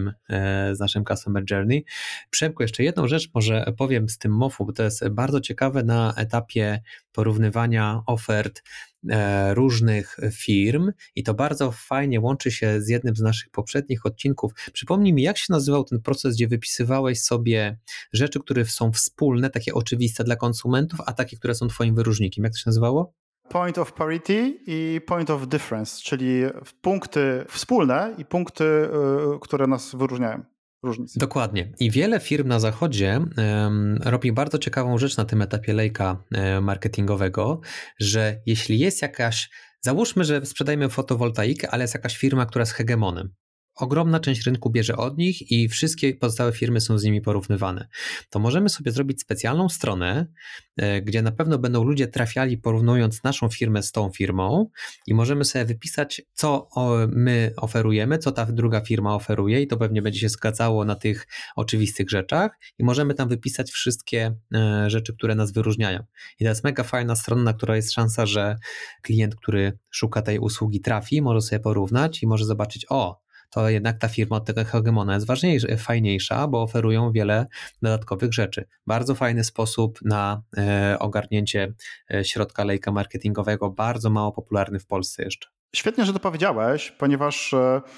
naszym Customer Journey. Przemku, jeszcze jedną rzecz może powiem z tym MOF-u, bo to jest bardzo ciekawe na etapie porównywania ofert różnych firm i to bardzo fajnie łączy się z jednym z naszych poprzednich odcinków. Przypomnij mi, jak się nazywał ten proces, gdzie wypisywałeś sobie rzeczy, które są wspólne, takie oczywiste dla konsumentów, a takie, które są twoim wyróżnikiem. Jak to się nazywało? Point of parity i point of difference, czyli punkty wspólne i punkty, które nas wyróżniają. Różnic. Dokładnie. I wiele firm na zachodzie robi bardzo ciekawą rzecz na tym etapie lejka marketingowego, że jeśli jest jakaś, załóżmy, że sprzedajemy fotowoltaikę, ale jest jakaś firma, która jest hegemonem. Ogromna część rynku bierze od nich i wszystkie pozostałe firmy są z nimi porównywane. To możemy sobie zrobić specjalną stronę, gdzie na pewno będą ludzie trafiali porównując naszą firmę z tą firmą i możemy sobie wypisać, co my oferujemy, co ta druga firma oferuje i to pewnie będzie się zgadzało na tych oczywistych rzeczach i możemy tam wypisać wszystkie rzeczy, które nas wyróżniają. I to jest mega fajna strona, na której jest szansa, że klient, który szuka tej usługi trafi, może sobie porównać i może zobaczyć, to jednak ta firma od tego hegemona jest fajniejsza, bo oferują wiele dodatkowych rzeczy. Bardzo fajny sposób na ogarnięcie środka lejka marketingowego, bardzo mało popularny w Polsce jeszcze. Świetnie, że to powiedziałeś, ponieważ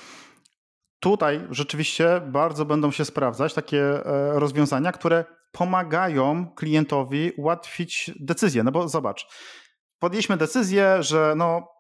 tutaj rzeczywiście bardzo będą się sprawdzać takie rozwiązania, które pomagają klientowi ułatwić decyzję. No bo zobacz, podjęliśmy decyzję, że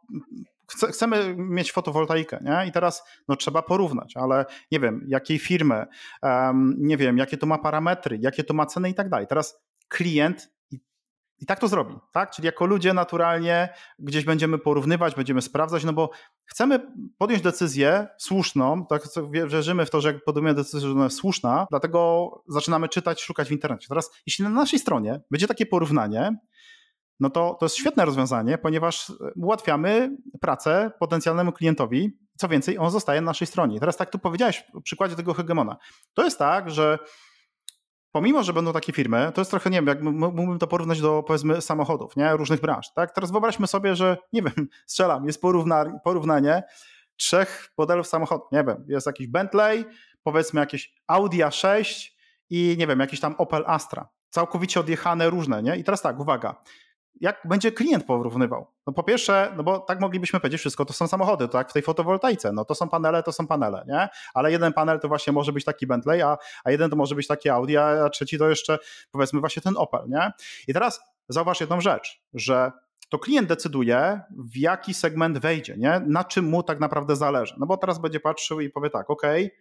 chcemy mieć fotowoltaikę, nie? I teraz trzeba porównać, ale nie wiem, jakiej firmy, nie wiem, jakie to ma parametry, jakie to ma ceny i tak dalej. Teraz klient i tak to zrobi, tak? Czyli jako ludzie naturalnie gdzieś będziemy porównywać, będziemy sprawdzać, no bo chcemy podjąć decyzję słuszną, tak wierzymy w to, że jak podejmiemy decyzję, że ona jest słuszna, dlatego zaczynamy czytać, szukać w internecie. Teraz jeśli na naszej stronie będzie takie porównanie, no to jest świetne rozwiązanie, ponieważ ułatwiamy pracę potencjalnemu klientowi. Co więcej, on zostaje na naszej stronie. Teraz tak tu powiedziałeś w przykładzie tego hegemona. To jest tak, że pomimo, że będą takie firmy, to jest trochę, nie wiem, jak mógłbym to porównać do, powiedzmy, samochodów, nie? Różnych branż, tak? Teraz wyobraźmy sobie, że, nie wiem, strzelam, jest porównanie 3 modelów samochodów. Nie wiem, jest jakiś Bentley, powiedzmy jakieś Audi A6 i, nie wiem, jakiś tam Opel Astra. Całkowicie odjechane różne, nie? I teraz tak, uwaga. Jak będzie klient porównywał? No po pierwsze, no bo tak moglibyśmy powiedzieć, wszystko to są samochody, tak? W tej fotowoltaice, no to są panele, nie? Ale jeden panel to właśnie może być taki Bentley, a jeden to może być taki Audi, a trzeci to jeszcze, powiedzmy, właśnie ten Opel, nie? I teraz zauważ jedną rzecz, że to klient decyduje, w jaki segment wejdzie, nie? Na czym mu tak naprawdę zależy. No bo teraz będzie patrzył i powie tak,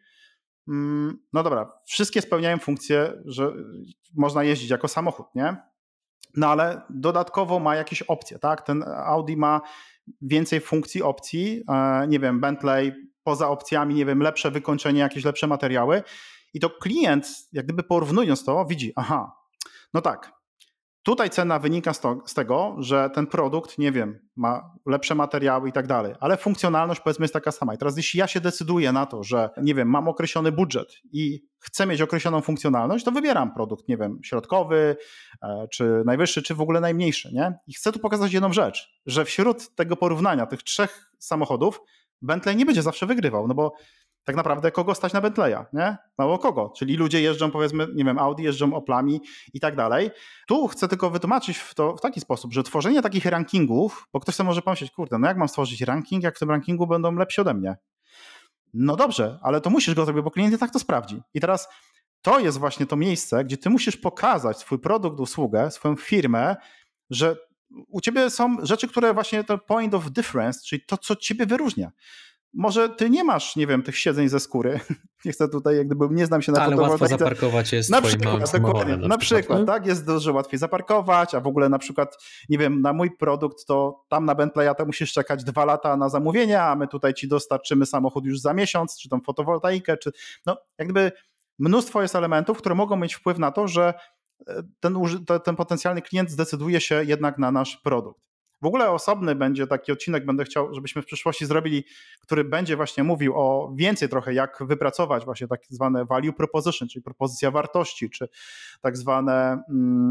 no dobra, wszystkie spełniają funkcję, że można jeździć jako samochód, nie? No ale dodatkowo ma jakieś opcje, tak? Ten Audi ma więcej funkcji, opcji, nie wiem, Bentley poza opcjami, nie wiem, lepsze wykończenie, jakieś lepsze materiały i to klient, jak gdyby porównując to, widzi, aha, no tak, tutaj cena wynika z tego, że ten produkt, nie wiem, ma lepsze materiały i tak dalej, ale funkcjonalność powiedzmy jest taka sama. I teraz jeśli ja się decyduję na to, że nie wiem, mam określony budżet i chcę mieć określoną funkcjonalność, to wybieram produkt, nie wiem, środkowy, czy najwyższy, czy w ogóle najmniejszy, nie? I chcę tu pokazać jedną rzecz, że wśród tego porównania tych 3 samochodów Bentley nie będzie zawsze wygrywał, no bo tak naprawdę kogo stać na Bentleya, nie? Mało kogo, czyli ludzie jeżdżą, powiedzmy, nie wiem, Audi, jeżdżą Oplami i tak dalej. Tu chcę tylko wytłumaczyć to w taki sposób, że tworzenie takich rankingów, bo ktoś sobie może pomyśleć, kurde, no jak mam stworzyć ranking, jak w tym rankingu będą lepsi ode mnie? No dobrze, ale to musisz go zrobić, bo klient i tak to sprawdzi. I teraz to jest właśnie to miejsce, gdzie ty musisz pokazać swój produkt, usługę, swoją firmę, że u ciebie są rzeczy, które właśnie to point of difference, czyli to, co ciebie wyróżnia. Może ty nie masz, nie wiem, tych siedzeń ze skóry. Nie chcę tutaj, jak gdyby nie znam się na Ale łatwo fotowoltaice. zaparkować jest Na twoim małym przykład, dokładnie, samochodem. na przykład, tak, jest dużo łatwiej zaparkować, a w ogóle na przykład, nie wiem, na mój produkt to tam na Bentley'a to musisz czekać 2 lata na zamówienie, a my tutaj ci dostarczymy samochód już za miesiąc, czy tą fotowoltaikę, czy no jak gdyby mnóstwo jest elementów, które mogą mieć wpływ na to, że ten potencjalny klient zdecyduje się jednak na nasz produkt. W ogóle osobny będzie taki odcinek, będę chciał, żebyśmy w przyszłości zrobili, który będzie właśnie mówił o więcej trochę, jak wypracować właśnie tak zwane value proposition, czyli propozycja wartości, czy tak zwane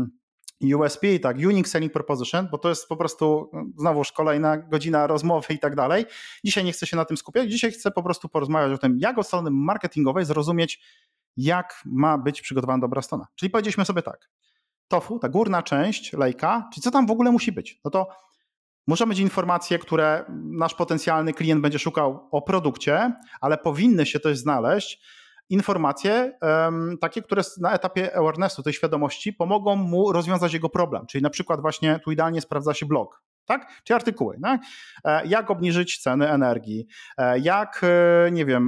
USP, tak, Unique Selling Proposition, bo to jest po prostu znowuż kolejna godzina rozmowy i tak dalej. Dzisiaj nie chcę się na tym skupiać, dzisiaj chcę po prostu porozmawiać o tym, jak od strony marketingowej zrozumieć, jak ma być przygotowana dobra strona. Czyli powiedzieliśmy sobie tak, TOFU, ta górna część lejka, czyli co tam w ogóle musi być? No to muszą być informacje, które nasz potencjalny klient będzie szukał o produkcie, ale powinny się też znaleźć informacje takie, które na etapie awarenessu, tej świadomości pomogą mu rozwiązać jego problem. Czyli na przykład właśnie tu idealnie sprawdza się blog, tak? Czy artykuły, tak? Jak obniżyć ceny energii, jak, nie wiem,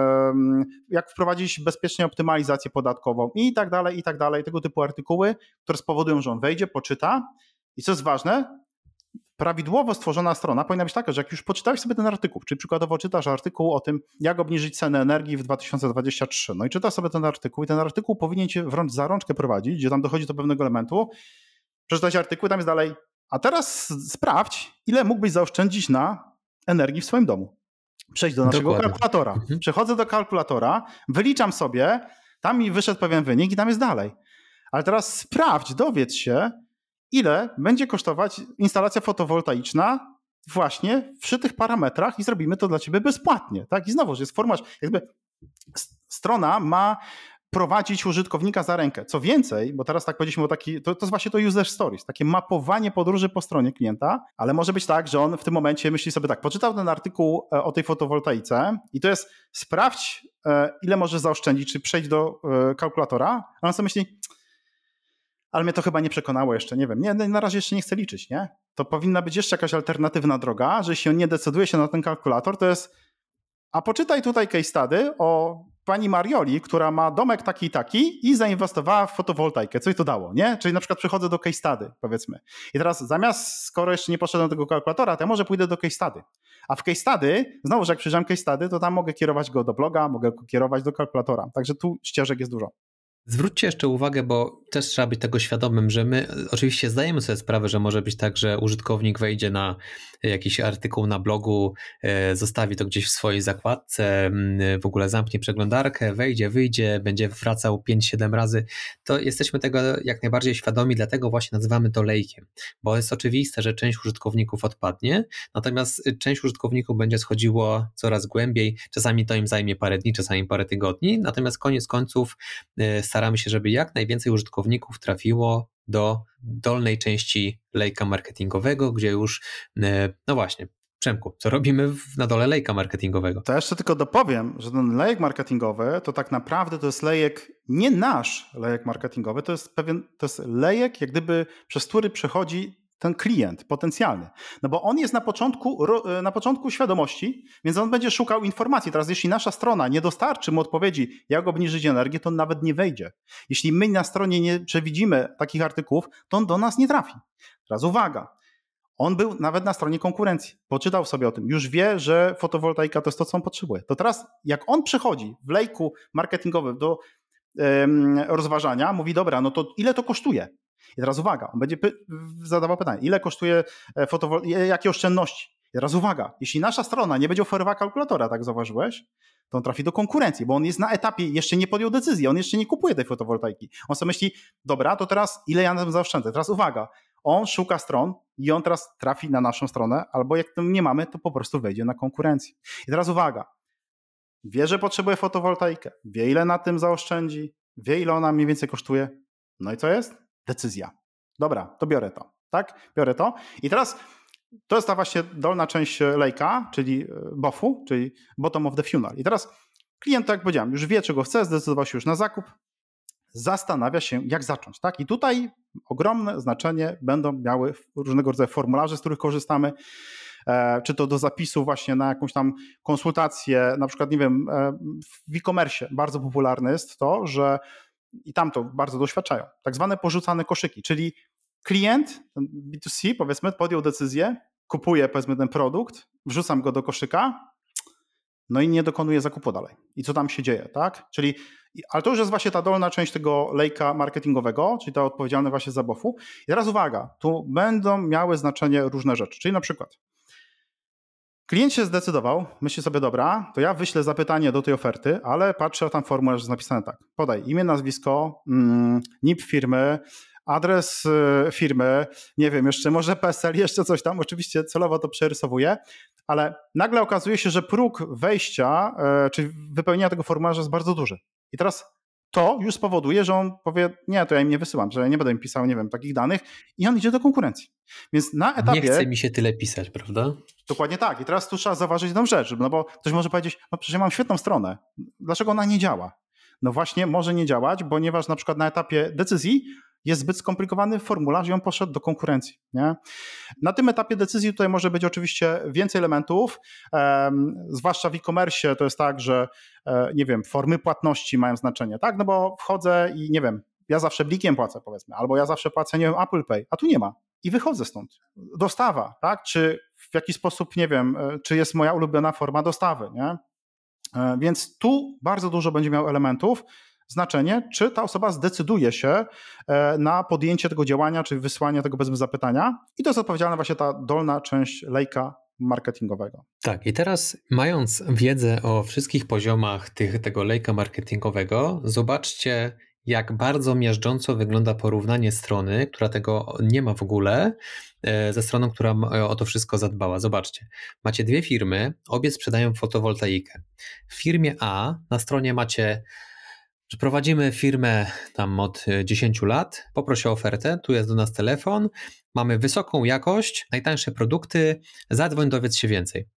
jak wprowadzić bezpiecznie optymalizację podatkową i tak dalej, tego typu artykuły, które spowodują, że on wejdzie, poczyta i co jest ważne, prawidłowo stworzona strona powinna być taka, że jak już poczytałeś sobie ten artykuł, czyli przykładowo czytasz artykuł o tym, jak obniżyć cenę energii w 2023, no i czytasz sobie ten artykuł i ten artykuł powinien cię wręcz za rączkę prowadzić, gdzie tam dochodzi do pewnego elementu, przeczytać artykuł, tam jest dalej, a teraz sprawdź, ile mógłbyś zaoszczędzić na energii w swoim domu. Przejdź do naszego kalkulatora. Przechodzę do kalkulatora, wyliczam sobie, tam mi wyszedł pewien wynik i tam jest dalej. Ale teraz sprawdź, dowiedz się, ile będzie kosztować instalacja fotowoltaiczna właśnie przy tych parametrach i zrobimy to dla ciebie bezpłatnie. Tak? I znowu, że jest formularz, jakby strona ma prowadzić użytkownika za rękę. Co więcej, bo teraz tak powiedzieliśmy o to jest właśnie to user stories, takie mapowanie podróży po stronie klienta, ale może być tak, że on w tym momencie myśli sobie tak, poczytał ten artykuł o tej fotowoltaice i to jest sprawdź, ile może zaoszczędzić, czy przejdź do kalkulatora, a on sobie myśli, ale mnie to chyba nie przekonało jeszcze, nie wiem, na razie jeszcze nie chcę liczyć, nie? To powinna być jeszcze jakaś alternatywna droga, że jeśli on nie decyduje się na ten kalkulator, to jest, a poczytaj tutaj case study o pani Marioli, która ma domek taki i taki i zainwestowała w fotowoltaikę, co jej to dało, nie? Czyli na przykład przychodzę do case study, powiedzmy. I teraz zamiast, skoro jeszcze nie poszedłem do tego kalkulatora, to ja może pójdę do case study. A w case study, znowu, że jak przyjrzałem case study, to tam mogę kierować go do bloga, mogę go kierować do kalkulatora. Także tu ścieżek jest dużo. Zwróćcie jeszcze uwagę, bo też trzeba być tego świadomym, że my oczywiście zdajemy sobie sprawę, że może być tak, że użytkownik wejdzie na jakiś artykuł na blogu, zostawi to gdzieś w swojej zakładce, w ogóle zamknie przeglądarkę, wejdzie, wyjdzie, będzie wracał 5-7 razy. To jesteśmy tego jak najbardziej świadomi, dlatego właśnie nazywamy to lejkiem, bo jest oczywiste, że część użytkowników odpadnie, natomiast część użytkowników będzie schodziło coraz głębiej, czasami to im zajmie parę dni, czasami parę tygodni, natomiast koniec końców staramy się, żeby jak najwięcej użytkowników trafiło do dolnej części lejka marketingowego, gdzie już, no właśnie, Przemku, co robimy na dole lejka marketingowego? To jeszcze tylko dopowiem, że ten lejek marketingowy to tak naprawdę to jest lejek, nie nasz lejek marketingowy, to jest lejek, jak gdyby przez który przechodzi ten klient potencjalny. No bo on jest na początku świadomości, więc on będzie szukał informacji. Teraz jeśli nasza strona nie dostarczy mu odpowiedzi, jak obniżyć energię, to on nawet nie wejdzie. Jeśli my na stronie nie przewidzimy takich artykułów, to on do nas nie trafi. Teraz uwaga, on był nawet na stronie konkurencji, poczytał sobie o tym, już wie, że fotowoltaika to jest to, co on potrzebuje. To teraz jak on przychodzi w lejku marketingowym do rozważania, mówi dobra, no to ile to kosztuje? I teraz uwaga, on będzie zadawał pytanie, ile kosztuje jakie oszczędności? I teraz uwaga, jeśli nasza strona nie będzie oferowała kalkulatora, tak zauważyłeś, to on trafi do konkurencji, bo on jest na etapie, jeszcze nie podjął decyzji, on jeszcze nie kupuje tej fotowoltaiki. On sobie myśli, dobra, to teraz ile ja na tym zaoszczędzę? Teraz uwaga, on szuka stron i on teraz trafi na naszą stronę, albo jak tym nie mamy, to po prostu wejdzie na konkurencję. I teraz uwaga, wie, że potrzebuje fotowoltaikę, wie, ile na tym zaoszczędzi, wie, ile ona mniej więcej kosztuje. No i co jest? Decyzja. Dobra, to biorę to, tak? Biorę to. I teraz to jest ta właśnie dolna część lejka, czyli BOF-u, czyli bottom of the funnel. I teraz klient, tak jak powiedziałem, już wie, czego chce, zdecydował się już na zakup. zastanawia się, jak zacząć. Tak? I tutaj ogromne znaczenie będą miały różnego rodzaju formularze, z których korzystamy, czy to do zapisu właśnie na jakąś tam konsultację, na przykład, nie wiem, w e-commerce bardzo popularne jest to, że i tam to bardzo doświadczają, tak zwane porzucane koszyki, czyli klient, ten B2C powiedzmy, podjął decyzję, kupuje powiedzmy ten produkt, wrzucam go do koszyka, no i nie dokonuje zakupu dalej. I co tam się dzieje, tak? Czyli, ale to już jest właśnie ta dolna część tego lejka marketingowego, czyli ta odpowiedzialna właśnie za BOF-u. I teraz uwaga, tu będą miały znaczenie różne rzeczy, czyli na przykład klient się zdecydował, myśli sobie, dobra, to ja wyślę zapytanie do tej oferty, ale patrzę, tam formularz jest napisane tak. Podaj imię, nazwisko, NIP firmy, adres firmy, nie wiem, jeszcze może PESEL, jeszcze coś tam, oczywiście celowo to przerysowuję, ale nagle okazuje się, że próg wejścia, czy wypełnienia tego formularza jest bardzo duży. I teraz to już spowoduje, że on powie, nie, to ja im nie wysyłam, że ja nie będę im pisał, nie wiem, takich danych i on idzie do konkurencji. Więc na etapie... Nie chce mi się tyle pisać, prawda? Dokładnie tak. I teraz tu trzeba zauważyć jedną rzecz, no bo ktoś może powiedzieć, no przecież ja mam świetną stronę, dlaczego ona nie działa? No właśnie może nie działać, ponieważ na przykład na etapie decyzji jest zbyt skomplikowany formularz i on poszedł do konkurencji. Nie? Na tym etapie decyzji tutaj może być oczywiście więcej elementów, zwłaszcza w e-commerce to jest tak, że nie wiem, formy płatności mają znaczenie, tak? No bo wchodzę i nie wiem, ja zawsze blikiem płacę powiedzmy, albo ja zawsze płacę, nie wiem, Apple Pay, a tu nie ma. I wychodzę stąd. Dostawa, tak? Czy w jaki sposób, nie wiem, czy jest moja ulubiona forma dostawy, nie? Więc tu bardzo dużo będzie miał elementów, znaczenie, czy ta osoba zdecyduje się na podjęcie tego działania, czy wysłanie tego bez zapytania. I to jest odpowiedzialna właśnie ta dolna część lejka marketingowego. Tak, i teraz mając wiedzę o wszystkich poziomach tego lejka marketingowego, zobaczcie, jak bardzo miażdżąco wygląda porównanie strony, która tego nie ma w ogóle, ze stroną, która o to wszystko zadbała. Zobaczcie, macie dwie firmy, obie sprzedają fotowoltaikę. W firmie A na stronie macie, że prowadzimy firmę tam od 10 lat, poproś o ofertę, tu jest do nas telefon, mamy wysoką jakość, najtańsze produkty, zadzwoń, dowiedz się więcej.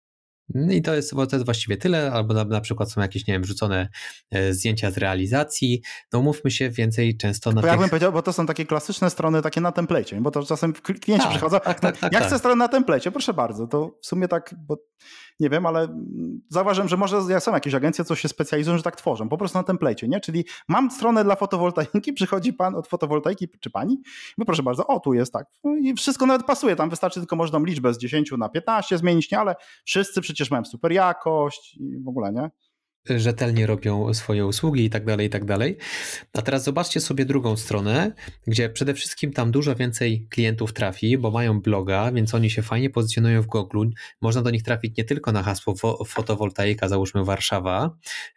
I to jest właściwie tyle, albo na przykład są jakieś, nie wiem, wrzucone zdjęcia z realizacji. No umówmy się więcej często na Ja bym powiedział, bo to są takie klasyczne strony takie na templecie, bo to czasem klienci przychodzą, ja chcę stronę na templecie, proszę bardzo, to w sumie tak, bo nie wiem, ale zauważyłem, że może są jakieś agencje, co się specjalizują, że tak tworzą, po prostu na templecie, nie? Czyli mam stronę dla fotowoltaiki, przychodzi pan od fotowoltaiki, czy pani, no proszę bardzo, o tu jest tak, no i wszystko nawet pasuje, tam wystarczy tylko można liczbę z 10 na 15 zmienić, nie? Ale wszyscy przecież mają super jakość i w ogóle, nie? Rzetelnie robią swoje usługi i tak dalej, i tak dalej. A teraz zobaczcie sobie drugą stronę, gdzie przede wszystkim tam dużo więcej klientów trafi, bo mają bloga, więc oni się fajnie pozycjonują w Google. Można do nich trafić nie tylko na hasło fotowoltaika, załóżmy Warszawa,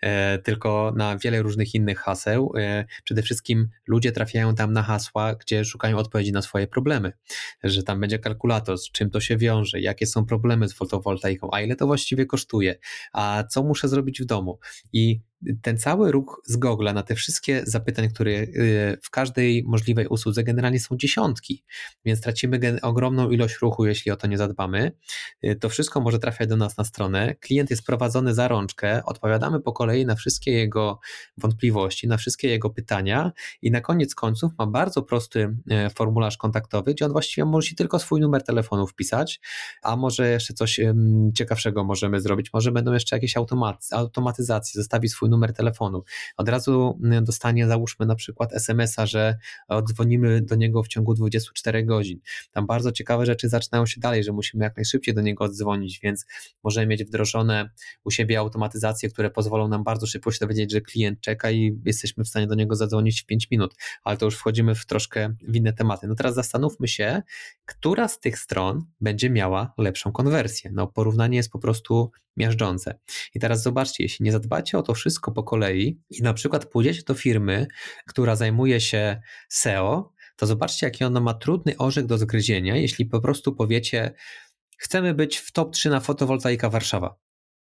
tylko na wiele różnych innych haseł. Przede wszystkim ludzie trafiają tam na hasła, gdzie szukają odpowiedzi na swoje problemy, że tam będzie kalkulator, z czym to się wiąże, jakie są problemy z fotowoltaiką, a ile to właściwie kosztuje, a co muszę zrobić w domu. I ten cały ruch z Google'a na te wszystkie zapytań, które w każdej możliwej usłudze generalnie są dziesiątki, więc tracimy ogromną ilość ruchu, jeśli o to nie zadbamy. To wszystko może trafiać do nas na stronę. Klient jest prowadzony za rączkę, odpowiadamy po kolei na wszystkie jego wątpliwości, na wszystkie jego pytania i na koniec końców ma bardzo prosty formularz kontaktowy, gdzie on właściwie musi tylko swój numer telefonu wpisać, a może jeszcze coś ciekawszego możemy zrobić, może będą jeszcze jakieś automatyzacje, zostawi swój numer telefonu. Od razu dostanie, załóżmy na przykład SMS-a, że oddzwonimy do niego w ciągu 24 godzin. Tam bardzo ciekawe rzeczy zaczynają się dalej, że musimy jak najszybciej do niego oddzwonić, więc możemy mieć wdrożone u siebie automatyzacje, które pozwolą nam bardzo szybko się dowiedzieć, że klient czeka i jesteśmy w stanie do niego zadzwonić w 5 minut, ale to już wchodzimy w troszkę w inne tematy. No teraz zastanówmy się, która z tych stron będzie miała lepszą konwersję. No porównanie jest po prostu miażdżące. I teraz zobaczcie, jeśli nie zadbacie o to wszystko po kolei i na przykład pójdziecie do firmy, która zajmuje się SEO, to zobaczcie, jaki ona ma trudny orzech do zgryzienia, jeśli po prostu powiecie, chcemy być w top 3 na fotowoltaika Warszawa.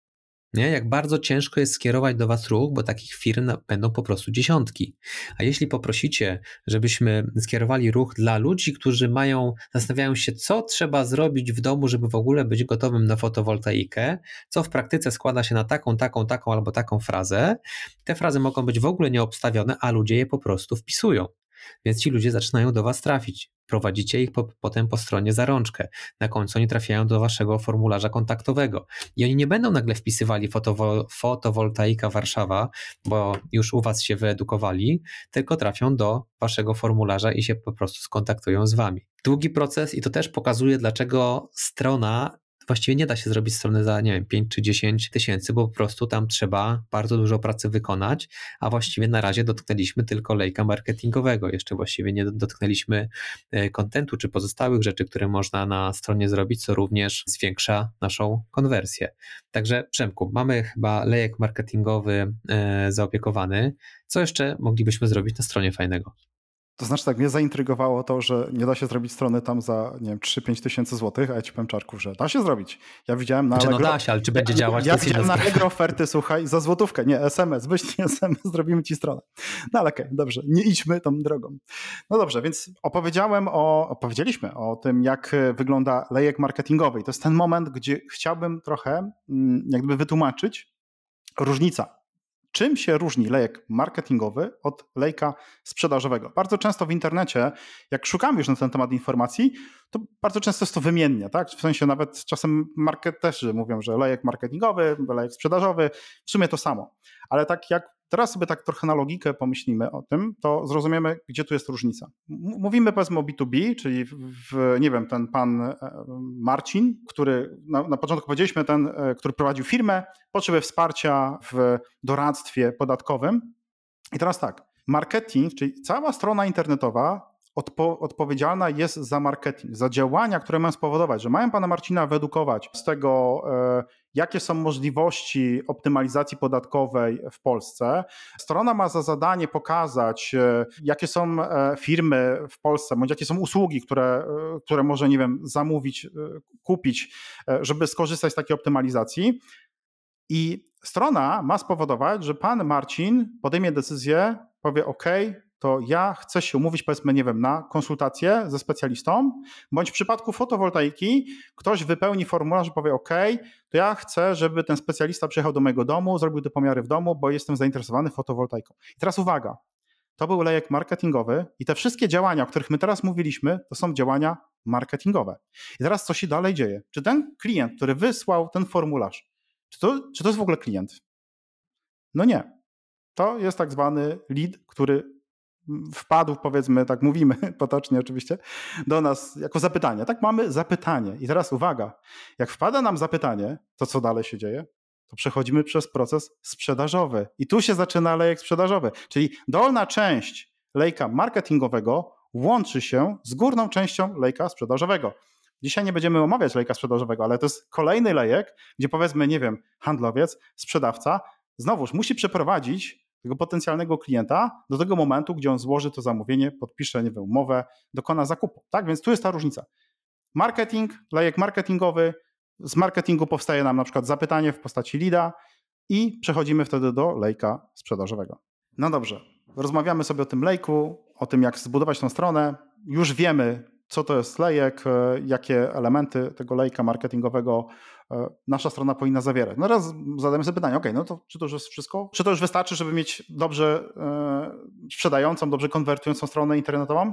Nie? Jak bardzo ciężko jest skierować do was ruch, bo takich firm będą po prostu dziesiątki. A jeśli poprosicie, żebyśmy skierowali ruch dla ludzi, którzy zastanawiają się, co trzeba zrobić w domu, żeby w ogóle być gotowym na fotowoltaikę, co w praktyce składa się na taką albo taką frazę, te frazy mogą być w ogóle nieobstawione, a ludzie je po prostu wpisują. Więc ci ludzie zaczynają do was trafić. Prowadzicie ich potem po stronie za rączkę. Na końcu oni trafiają do waszego formularza kontaktowego. I oni nie będą nagle wpisywali fotowoltaika Warszawa, bo już u was się wyedukowali, tylko trafią do waszego formularza i się po prostu skontaktują z wami. Długi proces i to też pokazuje, dlaczego strona właściwie nie da się zrobić strony za, nie wiem, 5 czy 10 tysięcy, bo po prostu tam trzeba bardzo dużo pracy wykonać, a właściwie na razie dotknęliśmy tylko lejka marketingowego. Jeszcze właściwie nie dotknęliśmy kontentu czy pozostałych rzeczy, które można na stronie zrobić, co również zwiększa naszą konwersję. Także Przemku, mamy chyba lejek marketingowy zaopiekowany. Co jeszcze moglibyśmy zrobić na stronie fajnego? To znaczy tak, mnie zaintrygowało to, że nie da się zrobić strony tam za, nie wiem, 3-5 tysięcy złotych, a ja ci powiem, Czarków, że da się zrobić. Ja widziałem na Allegro... da się, ale czy będzie działać, ja to widziałem na Allegro oferty, słuchaj, za złotówkę, nie SMS, wyślij SMS, zrobimy ci stronę. No ale okej, dobrze, nie idźmy tą drogą. No dobrze, więc opowiedzieliśmy o tym, jak wygląda lejek marketingowy. I to jest ten moment, gdzie chciałbym trochę jakby wytłumaczyć różnica. Czym się różni lejek marketingowy od lejka sprzedażowego? Bardzo często w internecie, jak szukamy już na ten temat informacji, to bardzo często jest to wymiennie, tak? W sensie nawet czasem marketerzy mówią, że lejek marketingowy, lejek sprzedażowy, w sumie to samo. Ale tak jak teraz sobie tak trochę na logikę pomyślimy o tym, to zrozumiemy, gdzie tu jest różnica. Mówimy powiedzmy o B2B, czyli nie wiem, ten pan Marcin, który na początku powiedzieliśmy, który prowadził firmę, potrzebuje wsparcia w doradztwie podatkowym. I teraz tak, marketing, czyli cała strona internetowa odpowiedzialna jest za marketing, za działania, które mają spowodować, że mają pana Marcina wyedukować z tego, jakie są możliwości optymalizacji podatkowej w Polsce. Strona ma za zadanie pokazać, jakie są firmy w Polsce, bądź jakie są usługi, które może, nie wiem, zamówić, kupić, żeby skorzystać z takiej optymalizacji. I strona ma spowodować, że pan Marcin podejmie decyzję, powie OK, to ja chcę się umówić, powiedzmy, nie wiem, na konsultację ze specjalistą, bądź w przypadku fotowoltaiki ktoś wypełni formularz i powie OK, to ja chcę, żeby ten specjalista przyjechał do mojego domu, zrobił te pomiary w domu, bo jestem zainteresowany fotowoltaiką. I teraz uwaga, to był lejek marketingowy i te wszystkie działania, o których my teraz mówiliśmy, to są działania marketingowe. I teraz co się dalej dzieje? Czy ten klient, który wysłał ten formularz, czy to jest w ogóle klient? No nie. To jest tak zwany lead, który wpadł, powiedzmy, tak mówimy potocznie oczywiście, do nas jako zapytanie. Tak, mamy zapytanie. I teraz uwaga, jak wpada nam zapytanie, to co dalej się dzieje? To przechodzimy przez proces sprzedażowy. I tu się zaczyna lejek sprzedażowy. Czyli dolna część lejka marketingowego łączy się z górną częścią lejka sprzedażowego. Dzisiaj nie będziemy omawiać lejka sprzedażowego, ale to jest kolejny lejek, gdzie powiedzmy, nie wiem, handlowiec, sprzedawca znowuż musi przeprowadzić tego potencjalnego klienta do tego momentu, gdzie on złoży to zamówienie, podpisze, nie wiem, umowę, dokona zakupu. Tak, więc tu jest ta różnica. Marketing, lejek marketingowy, z marketingu powstaje nam na przykład zapytanie w postaci leada i przechodzimy wtedy do lejka sprzedażowego. No dobrze, rozmawiamy sobie o tym lejku, o tym, jak zbudować tą stronę. Już wiemy, co to jest lejek, jakie elementy tego lejka marketingowego nasza strona powinna zawierać. No teraz zadajmy sobie pytanie, no to czy to już jest wszystko? Czy to już wystarczy, żeby mieć dobrze sprzedającą, dobrze konwertującą stronę internetową?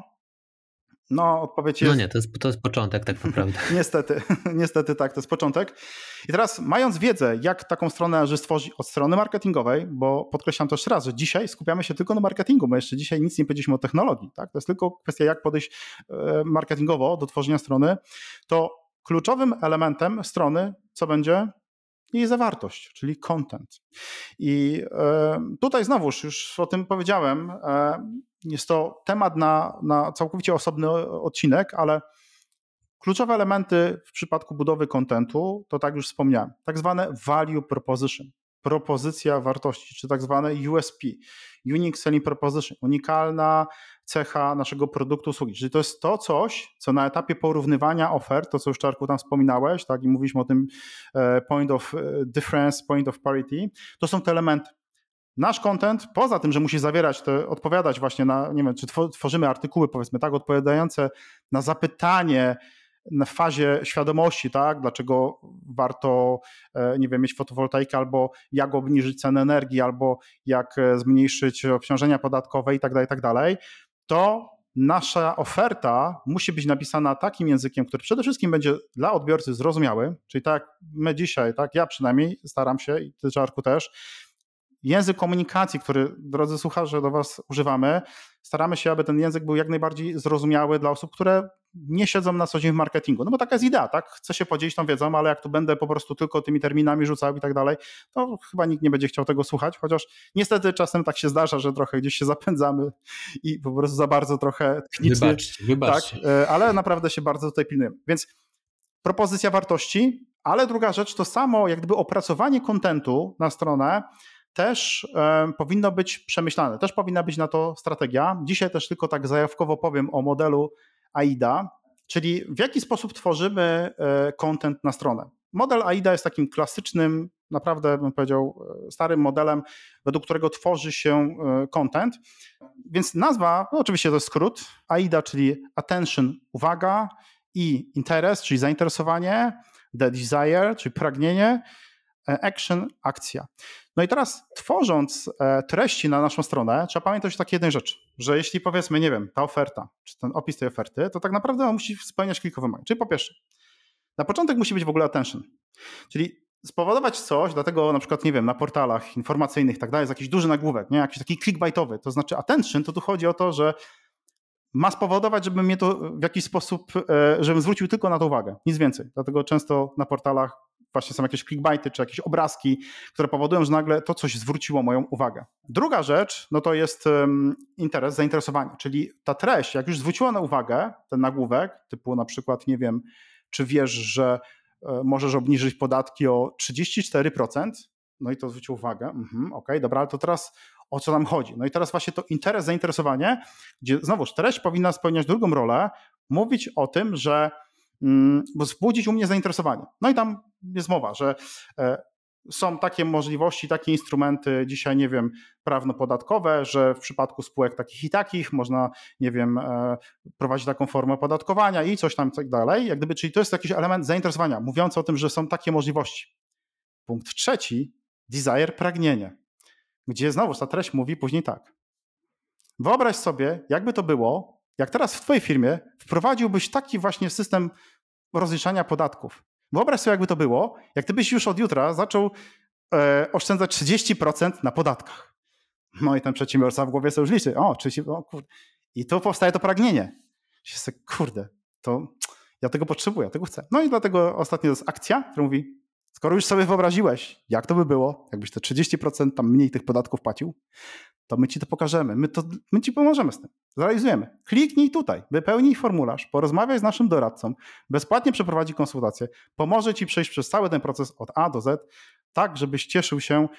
No, odpowiedź jest... No nie, to jest początek tak naprawdę. Niestety tak, to jest początek. I teraz mając wiedzę, jak taką stronę należy stworzyć od strony marketingowej, bo podkreślam też raz, że dzisiaj skupiamy się tylko na marketingu, bo jeszcze dzisiaj nic nie powiedzieliśmy o technologii, tak? To jest tylko kwestia, jak podejść marketingowo do tworzenia strony, to kluczowym elementem strony, co będzie? Jej zawartość, czyli content. I tutaj znowuż, już o tym powiedziałem, jest to temat na całkowicie osobny odcinek, ale kluczowe elementy w przypadku budowy contentu, to tak już wspomniałem, tak zwane value proposition. propozycja wartości, czy tak zwane USP, Unique Selling Proposition, unikalna cecha naszego produktu, usługi. Czyli to jest to coś, co na etapie porównywania ofert, to co już Czarku tam wspominałeś, tak, i mówiliśmy o tym point of difference, point of parity, to są te elementy. Nasz content, poza tym, że musi zawierać, odpowiadać właśnie na, nie wiem, czy tworzymy artykuły, powiedzmy tak, odpowiadające na zapytanie w fazie świadomości, tak, dlaczego warto, nie wiem, mieć fotowoltaikę, albo jak obniżyć cenę energii, albo jak zmniejszyć obciążenia podatkowe i tak dalej, to nasza oferta musi być napisana takim językiem, który przede wszystkim będzie dla odbiorcy zrozumiały, czyli tak jak my dzisiaj, tak, ja przynajmniej staram się i ty, Czarku, też, język komunikacji, który, drodzy słuchacze, do was używamy, staramy się, aby ten język był jak najbardziej zrozumiały dla osób, które nie siedzą na co dzień w marketingu. No bo taka jest idea, tak? Chcę się podzielić tą wiedzą, ale jak tu będę po prostu tylko tymi terminami rzucał i tak dalej, to chyba nikt nie będzie chciał tego słuchać, chociaż niestety czasem tak się zdarza, że trochę gdzieś się zapędzamy i po prostu za bardzo trochę technicznie. Wybaczcie. Tak, ale naprawdę się bardzo tutaj pilnujemy. Więc propozycja wartości, ale druga rzecz to samo jak gdyby opracowanie kontentu na stronę też powinno być przemyślane, też powinna być na to strategia. Dzisiaj też tylko tak zajawkowo powiem o modelu AIDA, czyli w jaki sposób tworzymy content na stronę. Model AIDA jest takim klasycznym, naprawdę bym powiedział starym modelem, według którego tworzy się content, więc nazwa, no oczywiście to jest skrót, AIDA, czyli attention, uwaga, i interest, czyli zainteresowanie, the desire, czyli pragnienie, action, akcja. No i teraz tworząc treści na naszą stronę, trzeba pamiętać o takiej jednej rzeczy, że jeśli powiedzmy, nie wiem, ta oferta, czy ten opis tej oferty, to tak naprawdę on musi spełniać kilka wymagań. Czyli po pierwsze, na początek musi być w ogóle attention, czyli spowodować coś, dlatego na przykład, nie wiem, na portalach informacyjnych i tak dalej jest jakiś duży nagłówek, nie? Jakiś taki clickbaitowy, to znaczy attention, to tu chodzi o to, że ma spowodować, żeby mnie to w jakiś sposób, żebym zwrócił tylko na to uwagę, nic więcej. Dlatego często na portalach właśnie są jakieś clickbaity czy jakieś obrazki, które powodują, że nagle to coś zwróciło moją uwagę. Druga rzecz, no to jest interes, zainteresowanie, czyli ta treść, jak już zwróciła na uwagę ten nagłówek, typu na przykład, nie wiem, czy wiesz, że możesz obniżyć podatki o 34%, no i to zwróciło uwagę, okej, dobra, ale to teraz o co nam chodzi? No i teraz właśnie to interes, zainteresowanie, gdzie znowuż treść powinna spełniać drugą rolę, mówić o tym, że wzbudzić u mnie zainteresowanie. No i tam jest mowa, że są takie możliwości, takie instrumenty dzisiaj, nie wiem, prawno-podatkowe, że w przypadku spółek takich i takich można, nie wiem, prowadzić taką formę opodatkowania i coś tam i tak dalej. Jak gdyby, czyli to jest jakiś element zainteresowania, mówiący o tym, że są takie możliwości. Punkt trzeci, desire, pragnienie, gdzie znowu ta treść mówi później tak. Wyobraź sobie, jakby to było, jak teraz w twojej firmie wprowadziłbyś taki właśnie system rozliczania podatków. Wyobraź sobie, jakby to było, jak ty byś już od jutra zaczął oszczędzać 30% na podatkach. No i ten przedsiębiorca w głowie sobie już liczy. O, 30%, o kurde. I tu powstaje to pragnienie. Kurde, to ja tego potrzebuję, ja tego chcę. No i dlatego ostatnio jest akcja, która mówi, skoro już sobie wyobraziłeś, jak to by było, jakbyś te 30% tam mniej tych podatków płacił, to my ci to pokażemy, my ci pomożemy z tym, zrealizujemy. Kliknij tutaj, wypełnij formularz, porozmawiaj z naszym doradcą, bezpłatnie przeprowadzi konsultację, pomoże ci przejść przez cały ten proces od A do Z, tak żebyś cieszył się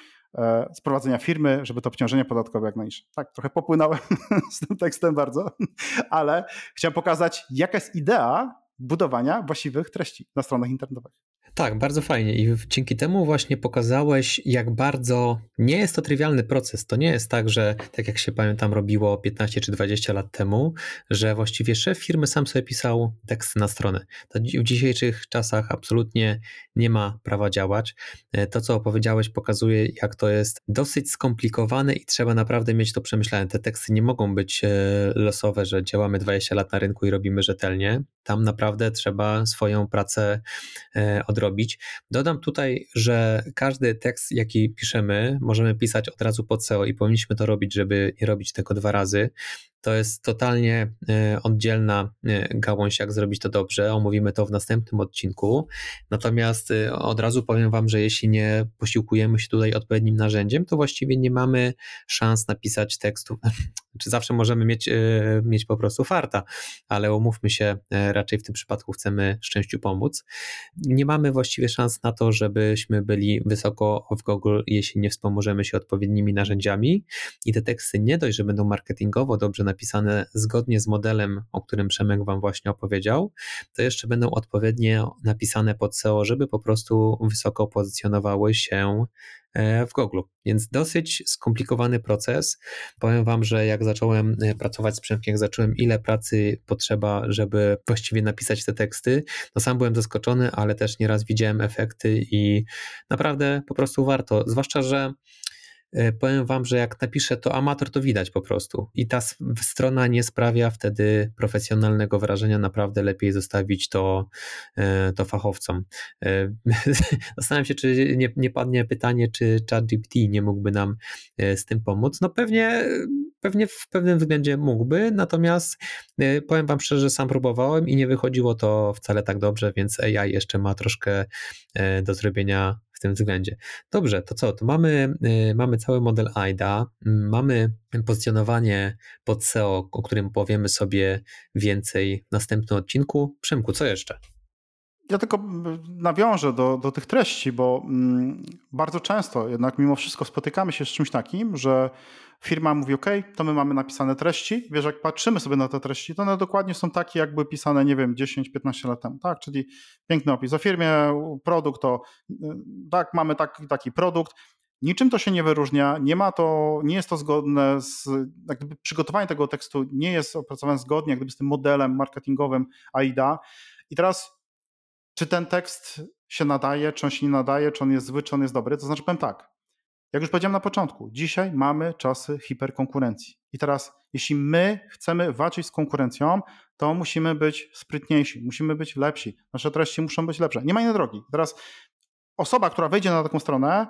z prowadzenia firmy, żeby to obciążenie podatkowe jak najniższe. Tak, trochę popłynąłem z tym tekstem bardzo, ale chciałem pokazać, jaka jest idea budowania właściwych treści na stronach internetowych. Tak, bardzo fajnie i dzięki temu właśnie pokazałeś, jak bardzo nie jest to trywialny proces. To nie jest tak, że tak jak się pamiętam robiło 15 czy 20 lat temu, że właściwie szef firmy sam sobie pisał teksty na stronę. To w dzisiejszych czasach absolutnie nie ma prawa działać. To, co opowiedziałeś, pokazuje, jak to jest dosyć skomplikowane i trzeba naprawdę mieć to przemyślane. Te teksty nie mogą być losowe, że działamy 20 lat na rynku i robimy rzetelnie. Tam naprawdę trzeba swoją pracę odrobić. Dodam tutaj, że każdy tekst, jaki piszemy, możemy pisać od razu pod SEO i powinniśmy to robić, żeby nie robić tego 2 razy. To jest totalnie oddzielna gałąź, jak zrobić to dobrze. Omówimy to w następnym odcinku. Natomiast od razu powiem wam, że jeśli nie posiłkujemy się tutaj odpowiednim narzędziem, to właściwie nie mamy szans napisać tekstu. Czy zawsze możemy mieć po prostu farta, ale umówmy się, raczej w tym przypadku chcemy szczęściu pomóc. Nie mamy właściwie szans na to, żebyśmy byli wysoko w Google, jeśli nie wspomożemy się odpowiednimi narzędziami i te teksty nie dość, że będą marketingowo dobrze napisane zgodnie z modelem, o którym Przemek Wam właśnie opowiedział, to jeszcze będą odpowiednio napisane pod SEO, żeby po prostu wysoko pozycjonowały się w Google. Więc dosyć skomplikowany proces. Powiem Wam, że jak zacząłem pracować z Przemkiem, jak zacząłem, ile pracy potrzeba, żeby właściwie napisać te teksty, to sam byłem zaskoczony, ale też nieraz widziałem efekty i naprawdę po prostu warto. Zwłaszcza, że powiem Wam, że jak napiszę to amator, to widać po prostu. I ta strona nie sprawia wtedy profesjonalnego wrażenia, naprawdę lepiej zostawić to fachowcom. Zastanawiam się, czy nie padnie pytanie, czy ChatGPT nie mógłby nam z tym pomóc. No pewnie w pewnym względzie mógłby, natomiast powiem Wam szczerze, że sam próbowałem i nie wychodziło to wcale tak dobrze, więc AI jeszcze ma troszkę do zrobienia w tym względzie. Dobrze, to co? To mamy cały model AIDA, mamy pozycjonowanie pod SEO, o którym powiemy sobie więcej w następnym odcinku. Przemku, co jeszcze? Ja tylko nawiążę do tych treści, bo bardzo często jednak mimo wszystko spotykamy się z czymś takim, że firma mówi: OK, to my mamy napisane treści. Wiesz, jak patrzymy sobie na te treści, to one dokładnie są takie, jak były pisane, nie wiem, 10-15 lat temu. Tak? Czyli piękny opis o firmie, produkt, to tak, mamy taki produkt. Niczym to się nie wyróżnia, nie jest to zgodne jak gdyby przygotowanie tego tekstu nie jest opracowane zgodnie jak gdyby z tym modelem marketingowym AIDA. I teraz czy ten tekst się nadaje, czy on się nie nadaje, czy on jest zły, czy on jest dobry? To znaczy powiem tak, jak już powiedziałem na początku, dzisiaj mamy czasy hiperkonkurencji. I teraz, jeśli my chcemy walczyć z konkurencją, to musimy być sprytniejsi, musimy być lepsi, nasze treści muszą być lepsze. Nie ma innej drogi. Teraz osoba, która wejdzie na taką stronę,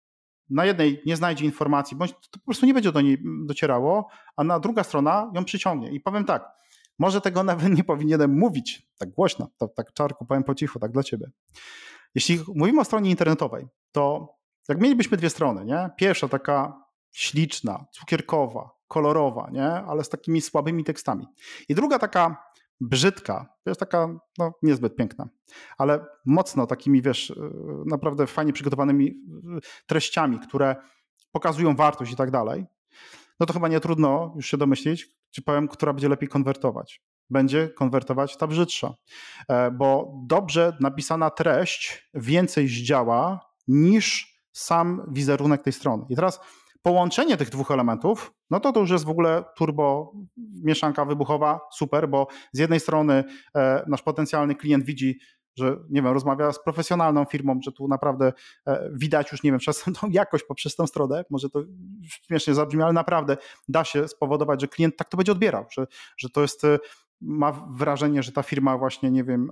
na jednej nie znajdzie informacji, bądź to po prostu nie będzie do niej docierało, a na druga strona ją przyciągnie. I powiem tak, może tego nawet nie powinienem mówić tak głośno, to tak Czarku powiem po cichu, tak dla ciebie. Jeśli mówimy o stronie internetowej, to jak mielibyśmy dwie strony, nie? Pierwsza taka śliczna, cukierkowa, kolorowa, nie? Ale z takimi słabymi tekstami. I druga taka brzydka, to jest taka niezbyt piękna, ale mocno takimi, wiesz, naprawdę fajnie przygotowanymi treściami, które pokazują wartość i tak dalej, no to chyba nie trudno już się domyślić, czy powiem, która będzie lepiej konwertować. Będzie konwertować ta brzydsza, bo dobrze napisana treść więcej zdziała niż sam wizerunek tej strony. I teraz połączenie tych dwóch elementów, no to już jest w ogóle turbo mieszanka wybuchowa, super, bo z jednej strony nasz potencjalny klient widzi, że nie wiem, rozmawia z profesjonalną firmą, że tu naprawdę widać już, nie wiem, czasem tą jakość poprzez tę stronę, może to śmiesznie zabrzmi, ale naprawdę da się spowodować, że klient tak to będzie odbierał, że to jest, ma wrażenie, że ta firma właśnie, nie wiem,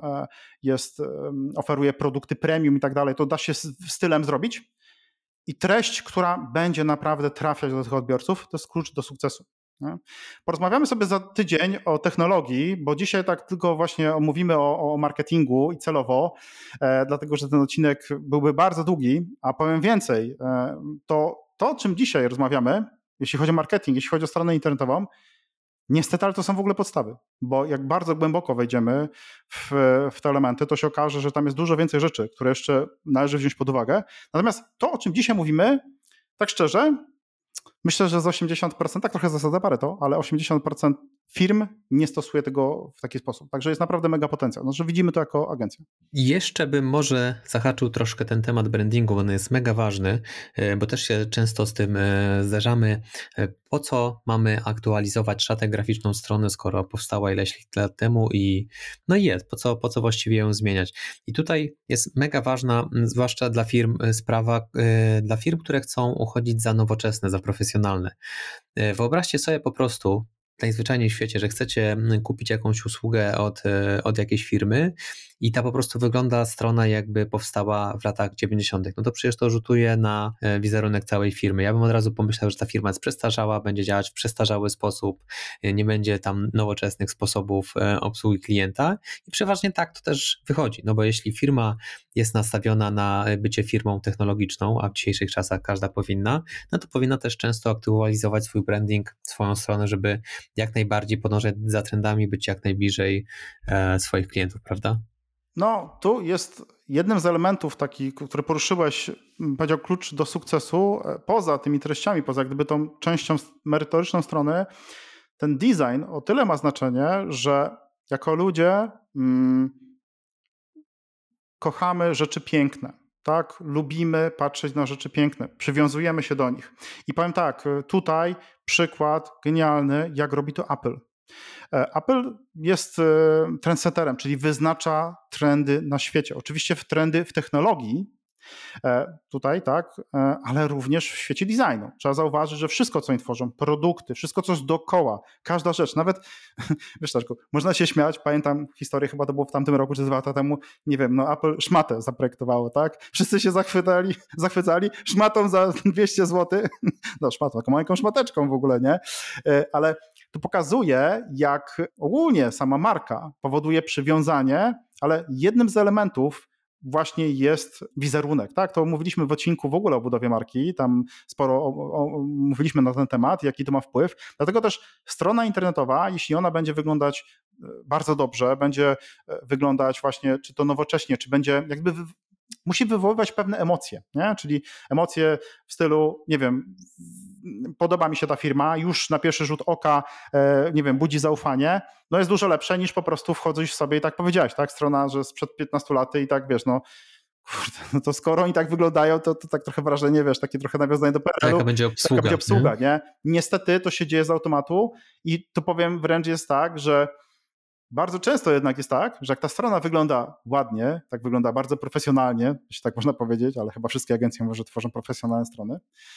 oferuje produkty premium i tak dalej, to da się stylem zrobić. I treść, która będzie naprawdę trafiać do tych odbiorców, to jest klucz do sukcesu. Nie? Porozmawiamy sobie za tydzień o technologii, bo dzisiaj tak tylko właśnie omówimy o marketingu i celowo, dlatego że ten odcinek byłby bardzo długi, a powiem więcej, to o czym dzisiaj rozmawiamy, jeśli chodzi o marketing, jeśli chodzi o stronę internetową, niestety, ale to są w ogóle podstawy, bo jak bardzo głęboko wejdziemy w te elementy, to się okaże, że tam jest dużo więcej rzeczy, które jeszcze należy wziąć pod uwagę. Natomiast to, o czym dzisiaj mówimy, tak szczerze, myślę, że z 80%, tak trochę zasada Pareto, ale 80% firm nie stosuje tego w taki sposób. Także jest naprawdę mega potencjał. Znaczy widzimy to jako agencja. Jeszcze bym może zahaczył troszkę ten temat brandingu, bo on jest mega ważny, bo też się często z tym zderzamy. Po co mamy aktualizować szatę graficzną strony, skoro powstała ileś lat temu i jest, po co właściwie ją zmieniać. I tutaj jest mega ważna, zwłaszcza dla firm, sprawa, dla firm, które chcą uchodzić za nowoczesne, za profesjonalne. Wyobraźcie sobie po prostu, najzwyczajniej w świecie, że chcecie kupić jakąś usługę od jakiejś firmy i ta po prostu wygląda strona jakby powstała w latach 90. No to przecież to rzutuje na wizerunek całej firmy. Ja bym od razu pomyślał, że ta firma jest przestarzała, będzie działać w przestarzały sposób, nie będzie tam nowoczesnych sposobów obsługi klienta i przeważnie tak to też wychodzi, no bo jeśli firma jest nastawiona na bycie firmą technologiczną, a w dzisiejszych czasach każda powinna, no to powinna też często aktualizować swój branding, swoją stronę, żeby jak najbardziej podążać za trendami, być jak najbliżej swoich klientów, prawda? No, tu jest jednym z elementów takich, który poruszyłeś, powiedział, klucz do sukcesu, poza tymi treściami, poza gdyby tą częścią merytoryczną strony, ten design o tyle ma znaczenie, że jako ludzie kochamy rzeczy piękne, tak? Lubimy patrzeć na rzeczy piękne, przywiązujemy się do nich. I powiem tak, tutaj przykład genialny, jak robi to Apple. Apple jest trendsetterem, czyli wyznacza trendy na świecie. Oczywiście trendy w technologii, tutaj, tak, ale również w świecie designu. Trzeba zauważyć, że wszystko, co oni tworzą, produkty, wszystko, co jest dookoła, każda rzecz, nawet, wiesz, Taszku, można się śmiać, pamiętam historię, chyba to było w tamtym roku, czy 2 lata temu, nie wiem, no Apple szmatę zaprojektowało, tak? Wszyscy się zachwycali szmatą za 200 zł, no szmatą, taką małą szmateczką w ogóle, nie? Ale to pokazuje, jak ogólnie sama marka powoduje przywiązanie, ale jednym z elementów właśnie jest wizerunek, tak? To mówiliśmy w odcinku w ogóle o budowie marki, tam sporo mówiliśmy na ten temat, jaki to ma wpływ, dlatego też strona internetowa, jeśli ona będzie wyglądać bardzo dobrze, będzie wyglądać właśnie czy to nowocześnie, czy będzie jakby musi wywoływać pewne emocje, nie? Czyli emocje w stylu, nie wiem, podoba mi się ta firma, już na pierwszy rzut oka, nie wiem, budzi zaufanie, no jest dużo lepsze niż po prostu wchodzisz sobie i tak powiedziałeś, tak? Strona, że sprzed 15 lat i tak, wiesz, no kurde, no to skoro oni tak wyglądają, to tak trochę wrażenie, wiesz, takie trochę nawiązanie do PRL-u. Jaka będzie obsługa. Taka będzie obsługa, nie? Niestety to się dzieje z automatu i to powiem wręcz jest tak, że bardzo często jednak jest tak, że jak ta strona wygląda ładnie, tak wygląda bardzo profesjonalnie, jeśli tak można powiedzieć, ale chyba wszystkie agencje może tworzą profesjonalne strony,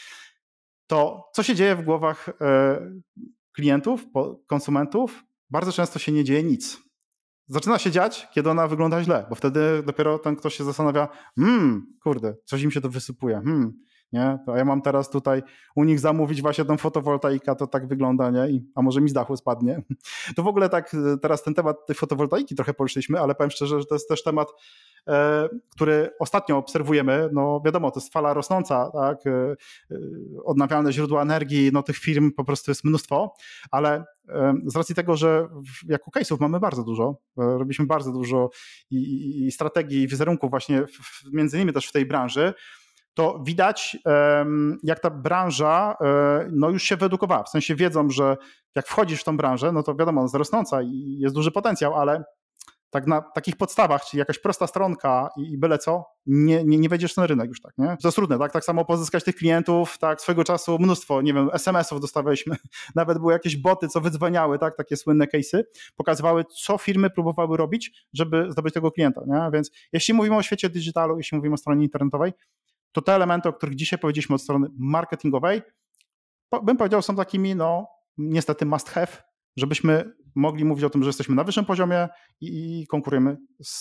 to co się dzieje w głowach klientów, konsumentów? Bardzo często się nie dzieje nic. Zaczyna się dziać, kiedy ona wygląda źle, bo wtedy dopiero ten ktoś się zastanawia, kurde, coś im się to wysypuje, nie? To ja mam teraz tutaj u nich zamówić właśnie tą fotowoltaikę, to tak wygląda, nie? A może mi z dachu spadnie. To w ogóle tak teraz ten temat tej fotowoltaiki trochę poruszyliśmy, ale powiem szczerze, że to jest też temat, który ostatnio obserwujemy. No wiadomo, to jest fala rosnąca, tak? Odnawialne źródła energii, no tych firm po prostu jest mnóstwo, ale z racji tego, że jako case'ów mamy bardzo dużo, robiliśmy bardzo dużo i strategii, i wizerunków właśnie między innymi też w tej branży, to widać, jak ta branża no już się wyedukowała. W sensie wiedzą, że jak wchodzisz w tą branżę, no to wiadomo, ona jest rosnąca i jest duży potencjał, ale tak na takich podstawach, czyli jakaś prosta stronka i byle co, nie wejdziesz na ten rynek już tak, nie? To jest trudne, tak? Tak samo pozyskać tych klientów, tak? Swego czasu mnóstwo, nie wiem, SMS-ów dostawaliśmy, nawet były jakieś boty, co wydzwaniały, tak? Takie słynne case'y, pokazywały, co firmy próbowały robić, żeby zdobyć tego klienta, nie? Więc jeśli mówimy o świecie digitalu, jeśli mówimy o stronie internetowej, to te elementy, o których dzisiaj powiedzieliśmy od strony marketingowej, bym powiedział, są takimi, no niestety must have, żebyśmy mogli mówić o tym, że jesteśmy na wyższym poziomie i konkurujemy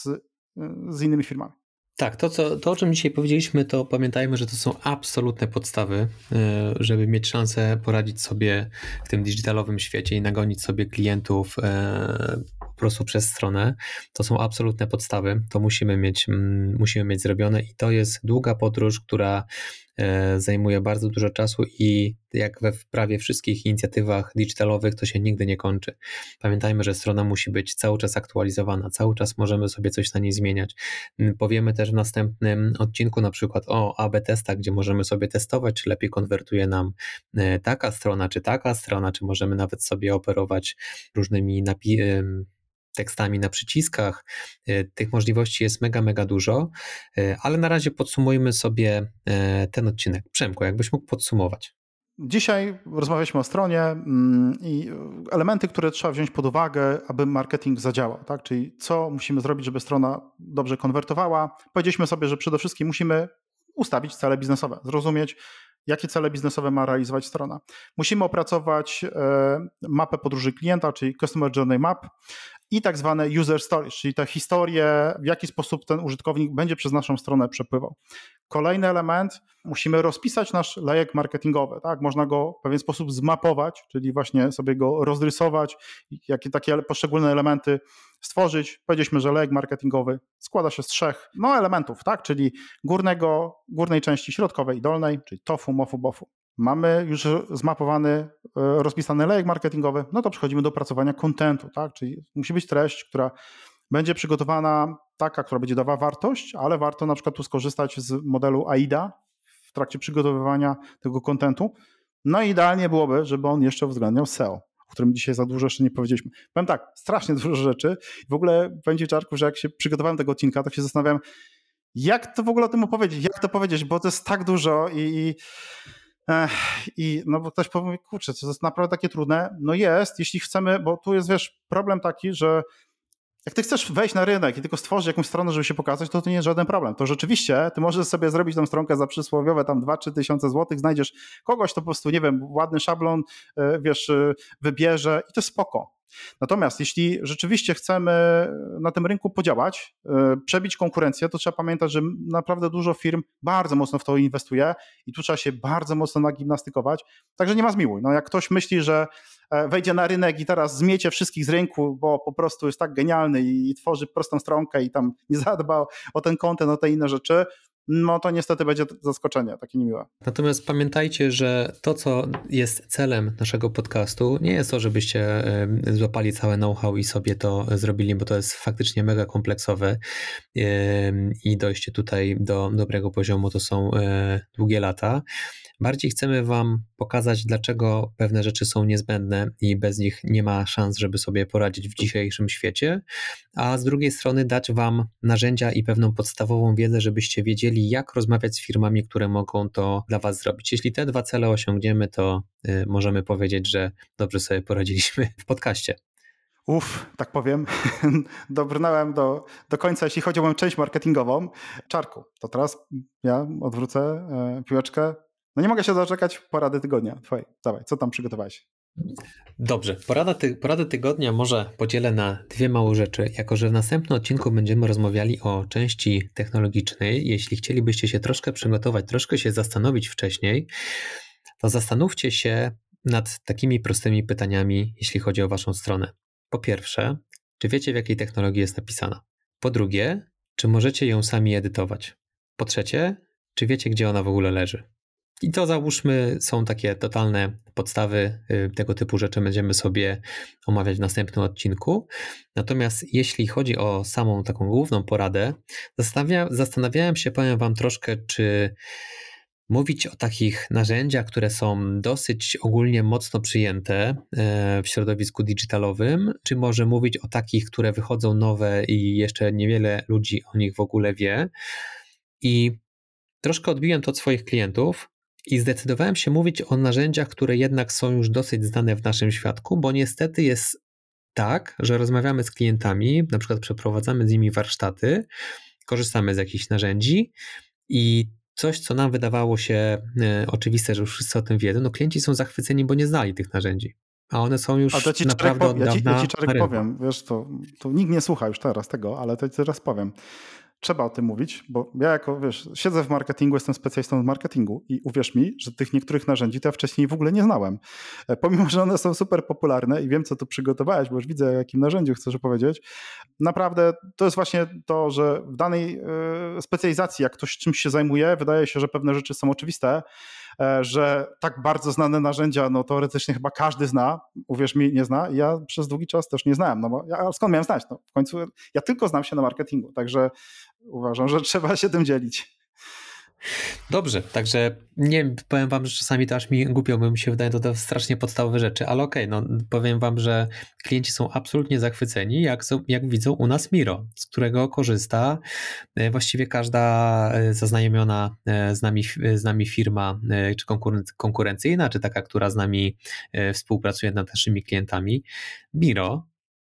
z innymi firmami. Tak, to o czym dzisiaj powiedzieliśmy, to pamiętajmy, że to są absolutne podstawy, żeby mieć szansę poradzić sobie w tym digitalowym świecie i nagonić sobie klientów po prostu przez stronę. To są absolutne podstawy, to musimy mieć zrobione i to jest długa podróż, która zajmuje bardzo dużo czasu i jak we prawie wszystkich inicjatywach digitalowych to się nigdy nie kończy. Pamiętajmy, że strona musi być cały czas aktualizowana, cały czas możemy sobie coś na niej zmieniać. Powiemy też w następnym odcinku na przykład o A/B testach, gdzie możemy sobie testować, czy lepiej konwertuje nam taka strona, czy możemy nawet sobie operować różnymi tekstami na przyciskach. Tych możliwości jest mega dużo, ale na razie podsumujmy sobie ten odcinek. Przemku, jakbyś mógł podsumować? Dzisiaj rozmawialiśmy o stronie i elementy, które trzeba wziąć pod uwagę, aby marketing zadziałał, tak? Czyli co musimy zrobić, żeby strona dobrze konwertowała. Powiedzieliśmy sobie, że przede wszystkim musimy ustawić cele biznesowe, zrozumieć, jakie cele biznesowe ma realizować strona. Musimy opracować mapę podróży klienta, czyli Customer Journey Map i tak zwane user stories, czyli te historie, w jaki sposób ten użytkownik będzie przez naszą stronę przepływał. Kolejny element, musimy rozpisać nasz lejek marketingowy, tak? Można go w pewien sposób zmapować, czyli właśnie sobie go rozrysować, jakie takie poszczególne elementy stworzyć. Powiedzieliśmy, że lejek marketingowy składa się z 3 elementów, tak? Czyli górnej części, środkowej i dolnej, czyli tofu, mofu, bofu. Mamy już zmapowany, rozpisany lejek marketingowy, no to przechodzimy do opracowania kontentu, tak? Czyli musi być treść, która będzie przygotowana taka, która będzie dawała wartość, ale warto na przykład tu skorzystać z modelu AIDA w trakcie przygotowywania tego kontentu. No i idealnie byłoby, żeby on jeszcze uwzględniał SEO, o którym dzisiaj za dużo jeszcze nie powiedzieliśmy. Powiem tak, strasznie dużo rzeczy. W ogóle będzie Czarku, że jak się przygotowałem do tego odcinka, to się zastanawiałem, jak to w ogóle o tym opowiedzieć, jak to powiedzieć, bo to jest tak dużo i no bo ktoś powie, kurczę, to jest naprawdę takie trudne. No jest, jeśli chcemy, bo tu jest, wiesz, problem taki, że jak ty chcesz wejść na rynek i tylko stworzyć jakąś stronę, żeby się pokazać, to nie jest żaden problem. To rzeczywiście ty możesz sobie zrobić tą stronkę za przysłowiowe tam 2-3 tysiące złotych, znajdziesz kogoś, to po prostu, nie wiem, ładny szablon, wiesz, wybierze i to jest spoko. Natomiast jeśli rzeczywiście chcemy na tym rynku podziałać, przebić konkurencję, to trzeba pamiętać, że naprawdę dużo firm bardzo mocno w to inwestuje i tu trzeba się bardzo mocno nagimnastykować. Także nie ma zmiłuj. No jak ktoś myśli, że wejdzie na rynek i teraz zmiecie wszystkich z rynku, bo po prostu jest tak genialny i tworzy prostą stronkę i tam nie zadba o ten content, o te inne rzeczy, no to niestety będzie zaskoczenie, takie niemiłe. Natomiast pamiętajcie, że to, co jest celem naszego podcastu, nie jest to, żebyście złapali całe know-how i sobie to zrobili, bo to jest faktycznie mega kompleksowe i dojście tutaj do dobrego poziomu to są długie lata. Bardziej chcemy Wam pokazać, dlaczego pewne rzeczy są niezbędne i bez nich nie ma szans, żeby sobie poradzić w dzisiejszym świecie, a z drugiej strony dać Wam narzędzia i pewną podstawową wiedzę, żebyście wiedzieli, jak rozmawiać z firmami, które mogą to dla Was zrobić. Jeśli te 2 cele osiągniemy, to możemy powiedzieć, że dobrze sobie poradziliśmy w podcaście. Tak powiem, dobrnąłem do końca, jeśli chodzi o moją część marketingową. Czarku, to teraz ja odwrócę piłeczkę. No nie mogę się doczekać porady tygodnia twojej. Dawaj, co tam przygotowałeś? Dobrze, poradę tygodnia może podzielę na 2 małe rzeczy. Jako że w następnym odcinku będziemy rozmawiali o części technologicznej, jeśli chcielibyście się troszkę przygotować, troszkę się zastanowić wcześniej, to zastanówcie się nad takimi prostymi pytaniami, jeśli chodzi o Waszą stronę. Po pierwsze, czy wiecie, w jakiej technologii jest napisana? Po drugie, czy możecie ją sami edytować? Po trzecie, czy wiecie, gdzie ona w ogóle leży? I to załóżmy są takie totalne podstawy, tego typu rzeczy będziemy sobie omawiać w następnym odcinku. Natomiast jeśli chodzi o samą taką główną poradę, zastanawiałem się, powiem Wam troszkę, czy mówić o takich narzędziach, które są dosyć ogólnie mocno przyjęte w środowisku digitalowym, czy może mówić o takich, które wychodzą nowe i jeszcze niewiele ludzi o nich w ogóle wie. I troszkę odbiłem to od swoich klientów i zdecydowałem się mówić o narzędziach, które jednak są już dosyć znane w naszym świadku, bo niestety jest tak, że rozmawiamy z klientami, na przykład przeprowadzamy z nimi warsztaty, korzystamy z jakichś narzędzi i coś, co nam wydawało się oczywiste, że już wszyscy o tym wiedzą, no klienci są zachwyceni, bo nie znali tych narzędzi. A one są już naprawdę od dawna ja ci Czarek powiem, wiesz, to nikt nie słucha już teraz tego, ale to ci teraz powiem. Trzeba o tym mówić, bo ja jako, wiesz, siedzę w marketingu, jestem specjalistą w marketingu i uwierz mi, że tych niektórych narzędzi to ja wcześniej w ogóle nie znałem. Pomimo, że one są super popularne i wiem, co tu przygotowałeś, bo już widzę, o jakim narzędziu chcesz opowiedzieć. Naprawdę to jest właśnie to, że w danej specjalizacji, jak ktoś czymś się zajmuje, wydaje się, że pewne rzeczy są oczywiste, że tak bardzo znane narzędzia, no teoretycznie chyba każdy zna, uwierz mi, nie zna. Ja przez długi czas też nie znałem, no bo skąd miałem znać? No, w końcu ja tylko znam się na marketingu, także uważam, że trzeba się tym dzielić. Dobrze, także nie powiem wam, że czasami to aż mi głupio, bo mi się wydaje to strasznie podstawowe rzeczy, ale okej, no powiem wam, że klienci są absolutnie zachwyceni, jak widzą u nas Miro, z którego korzysta właściwie każda zaznajomiona z nami firma, czy konkurencyjna, czy taka, która z nami współpracuje nad naszymi klientami. Miro,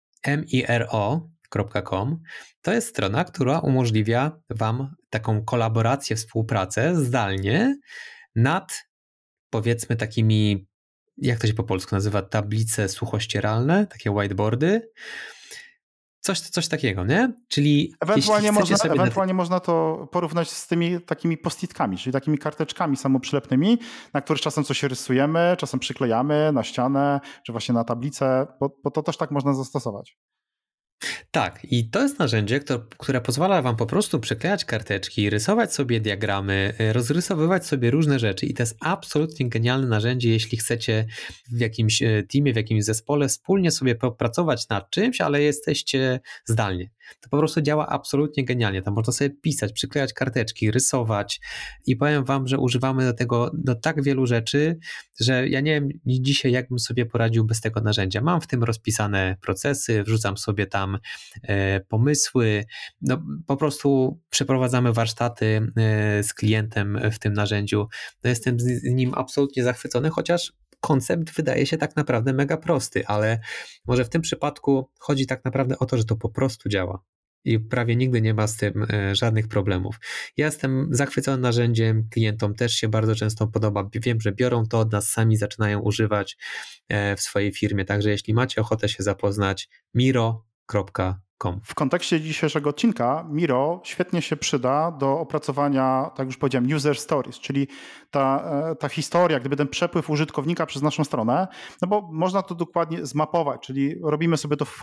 miro.com to jest strona, która umożliwia wam taką kolaborację, współpracę zdalnie nad, powiedzmy, takimi, jak to się po polsku nazywa, tablice suchościeralne, takie whiteboardy, Coś takiego, nie? Czyli Ewentualnie można to porównać z tymi takimi post-itkami, czyli takimi karteczkami samoprzylepnymi, na których czasem coś rysujemy, czasem przyklejamy na ścianę, czy właśnie na tablicę, bo to też tak można zastosować. Tak, i to jest narzędzie, które pozwala wam po prostu przyklejać karteczki, rysować sobie diagramy, rozrysowywać sobie różne rzeczy i to jest absolutnie genialne narzędzie, jeśli chcecie w jakimś teamie, w jakimś zespole wspólnie sobie popracować nad czymś, ale jesteście zdalnie. To po prostu działa absolutnie genialnie. Tam można sobie pisać, przyklejać karteczki, rysować i powiem wam, że używamy do tego do tak wielu rzeczy, że ja nie wiem dzisiaj, jak bym sobie poradził bez tego narzędzia. Mam w tym rozpisane procesy, wrzucam sobie tam pomysły, no po prostu przeprowadzamy warsztaty z klientem w tym narzędziu. No jestem z nim absolutnie zachwycony, chociaż koncept wydaje się tak naprawdę mega prosty, ale może w tym przypadku chodzi tak naprawdę o to, że to po prostu działa. I prawie nigdy nie ma z tym żadnych problemów. Ja jestem zachwycony narzędziem, klientom też się bardzo często podoba. Wiem, że biorą to od nas, sami zaczynają używać w swojej firmie. Także jeśli macie ochotę się zapoznać, miro.com. W kontekście dzisiejszego odcinka Miro świetnie się przyda do opracowania, tak jak już powiedziałem, user stories, czyli ta historia, gdyby ten przepływ użytkownika przez naszą stronę, no bo można to dokładnie zmapować, czyli robimy sobie to w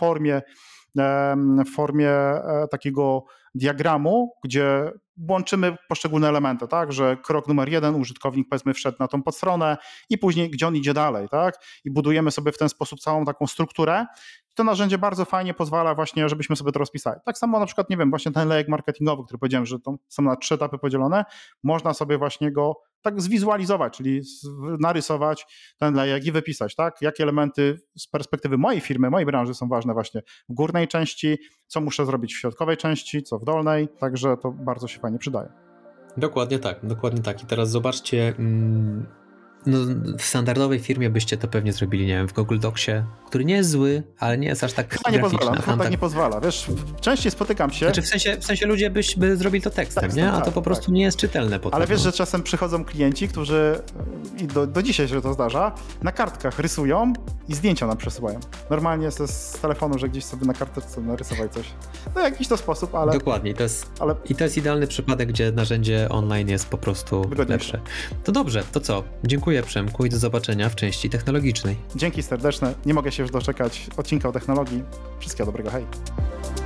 formie takiego diagramu, gdzie łączymy poszczególne elementy, tak, że krok numer 1, użytkownik powiedzmy wszedł na tą podstronę i później gdzie on idzie dalej, tak, i budujemy sobie w ten sposób całą taką strukturę. To narzędzie bardzo fajnie pozwala właśnie, żebyśmy sobie to rozpisali. Tak samo na przykład, nie wiem, właśnie ten lejek marketingowy, który powiedziałem, że to są na 3 etapy podzielone, można sobie właśnie go tak zwizualizować, czyli narysować ten lejek i wypisać, tak, jakie elementy z perspektywy mojej firmy, mojej branży są ważne właśnie w górnej części, co muszę zrobić w środkowej części, co w dolnej, także to bardzo się fajnie przydaje. Dokładnie tak. I teraz zobaczcie, no, w standardowej firmie byście to pewnie zrobili, nie wiem, w Google Docsie, który nie jest zły, ale nie jest aż tak graficzny. Chyba nie pozwala, wiesz, częściej spotykam się... Znaczy w sensie ludzie by zrobili to tekstem, nie? A to po prostu nie jest czytelne potem. Ale wiesz, że czasem przychodzą klienci, którzy, i do dzisiaj się to zdarza, na kartkach rysują i zdjęcia nam przesyłają. Normalnie z telefonu, że gdzieś sobie na karteczce narysować coś. No jakiś to sposób, ale... Dokładnie, i to jest idealny przypadek, gdzie narzędzie online jest po prostu lepsze. To dobrze, to co? Dziękuję Przemku i do zobaczenia w części technologicznej. Dzięki serdeczne, nie mogę się już doczekać odcinka o technologii. Wszystkiego dobrego, hej!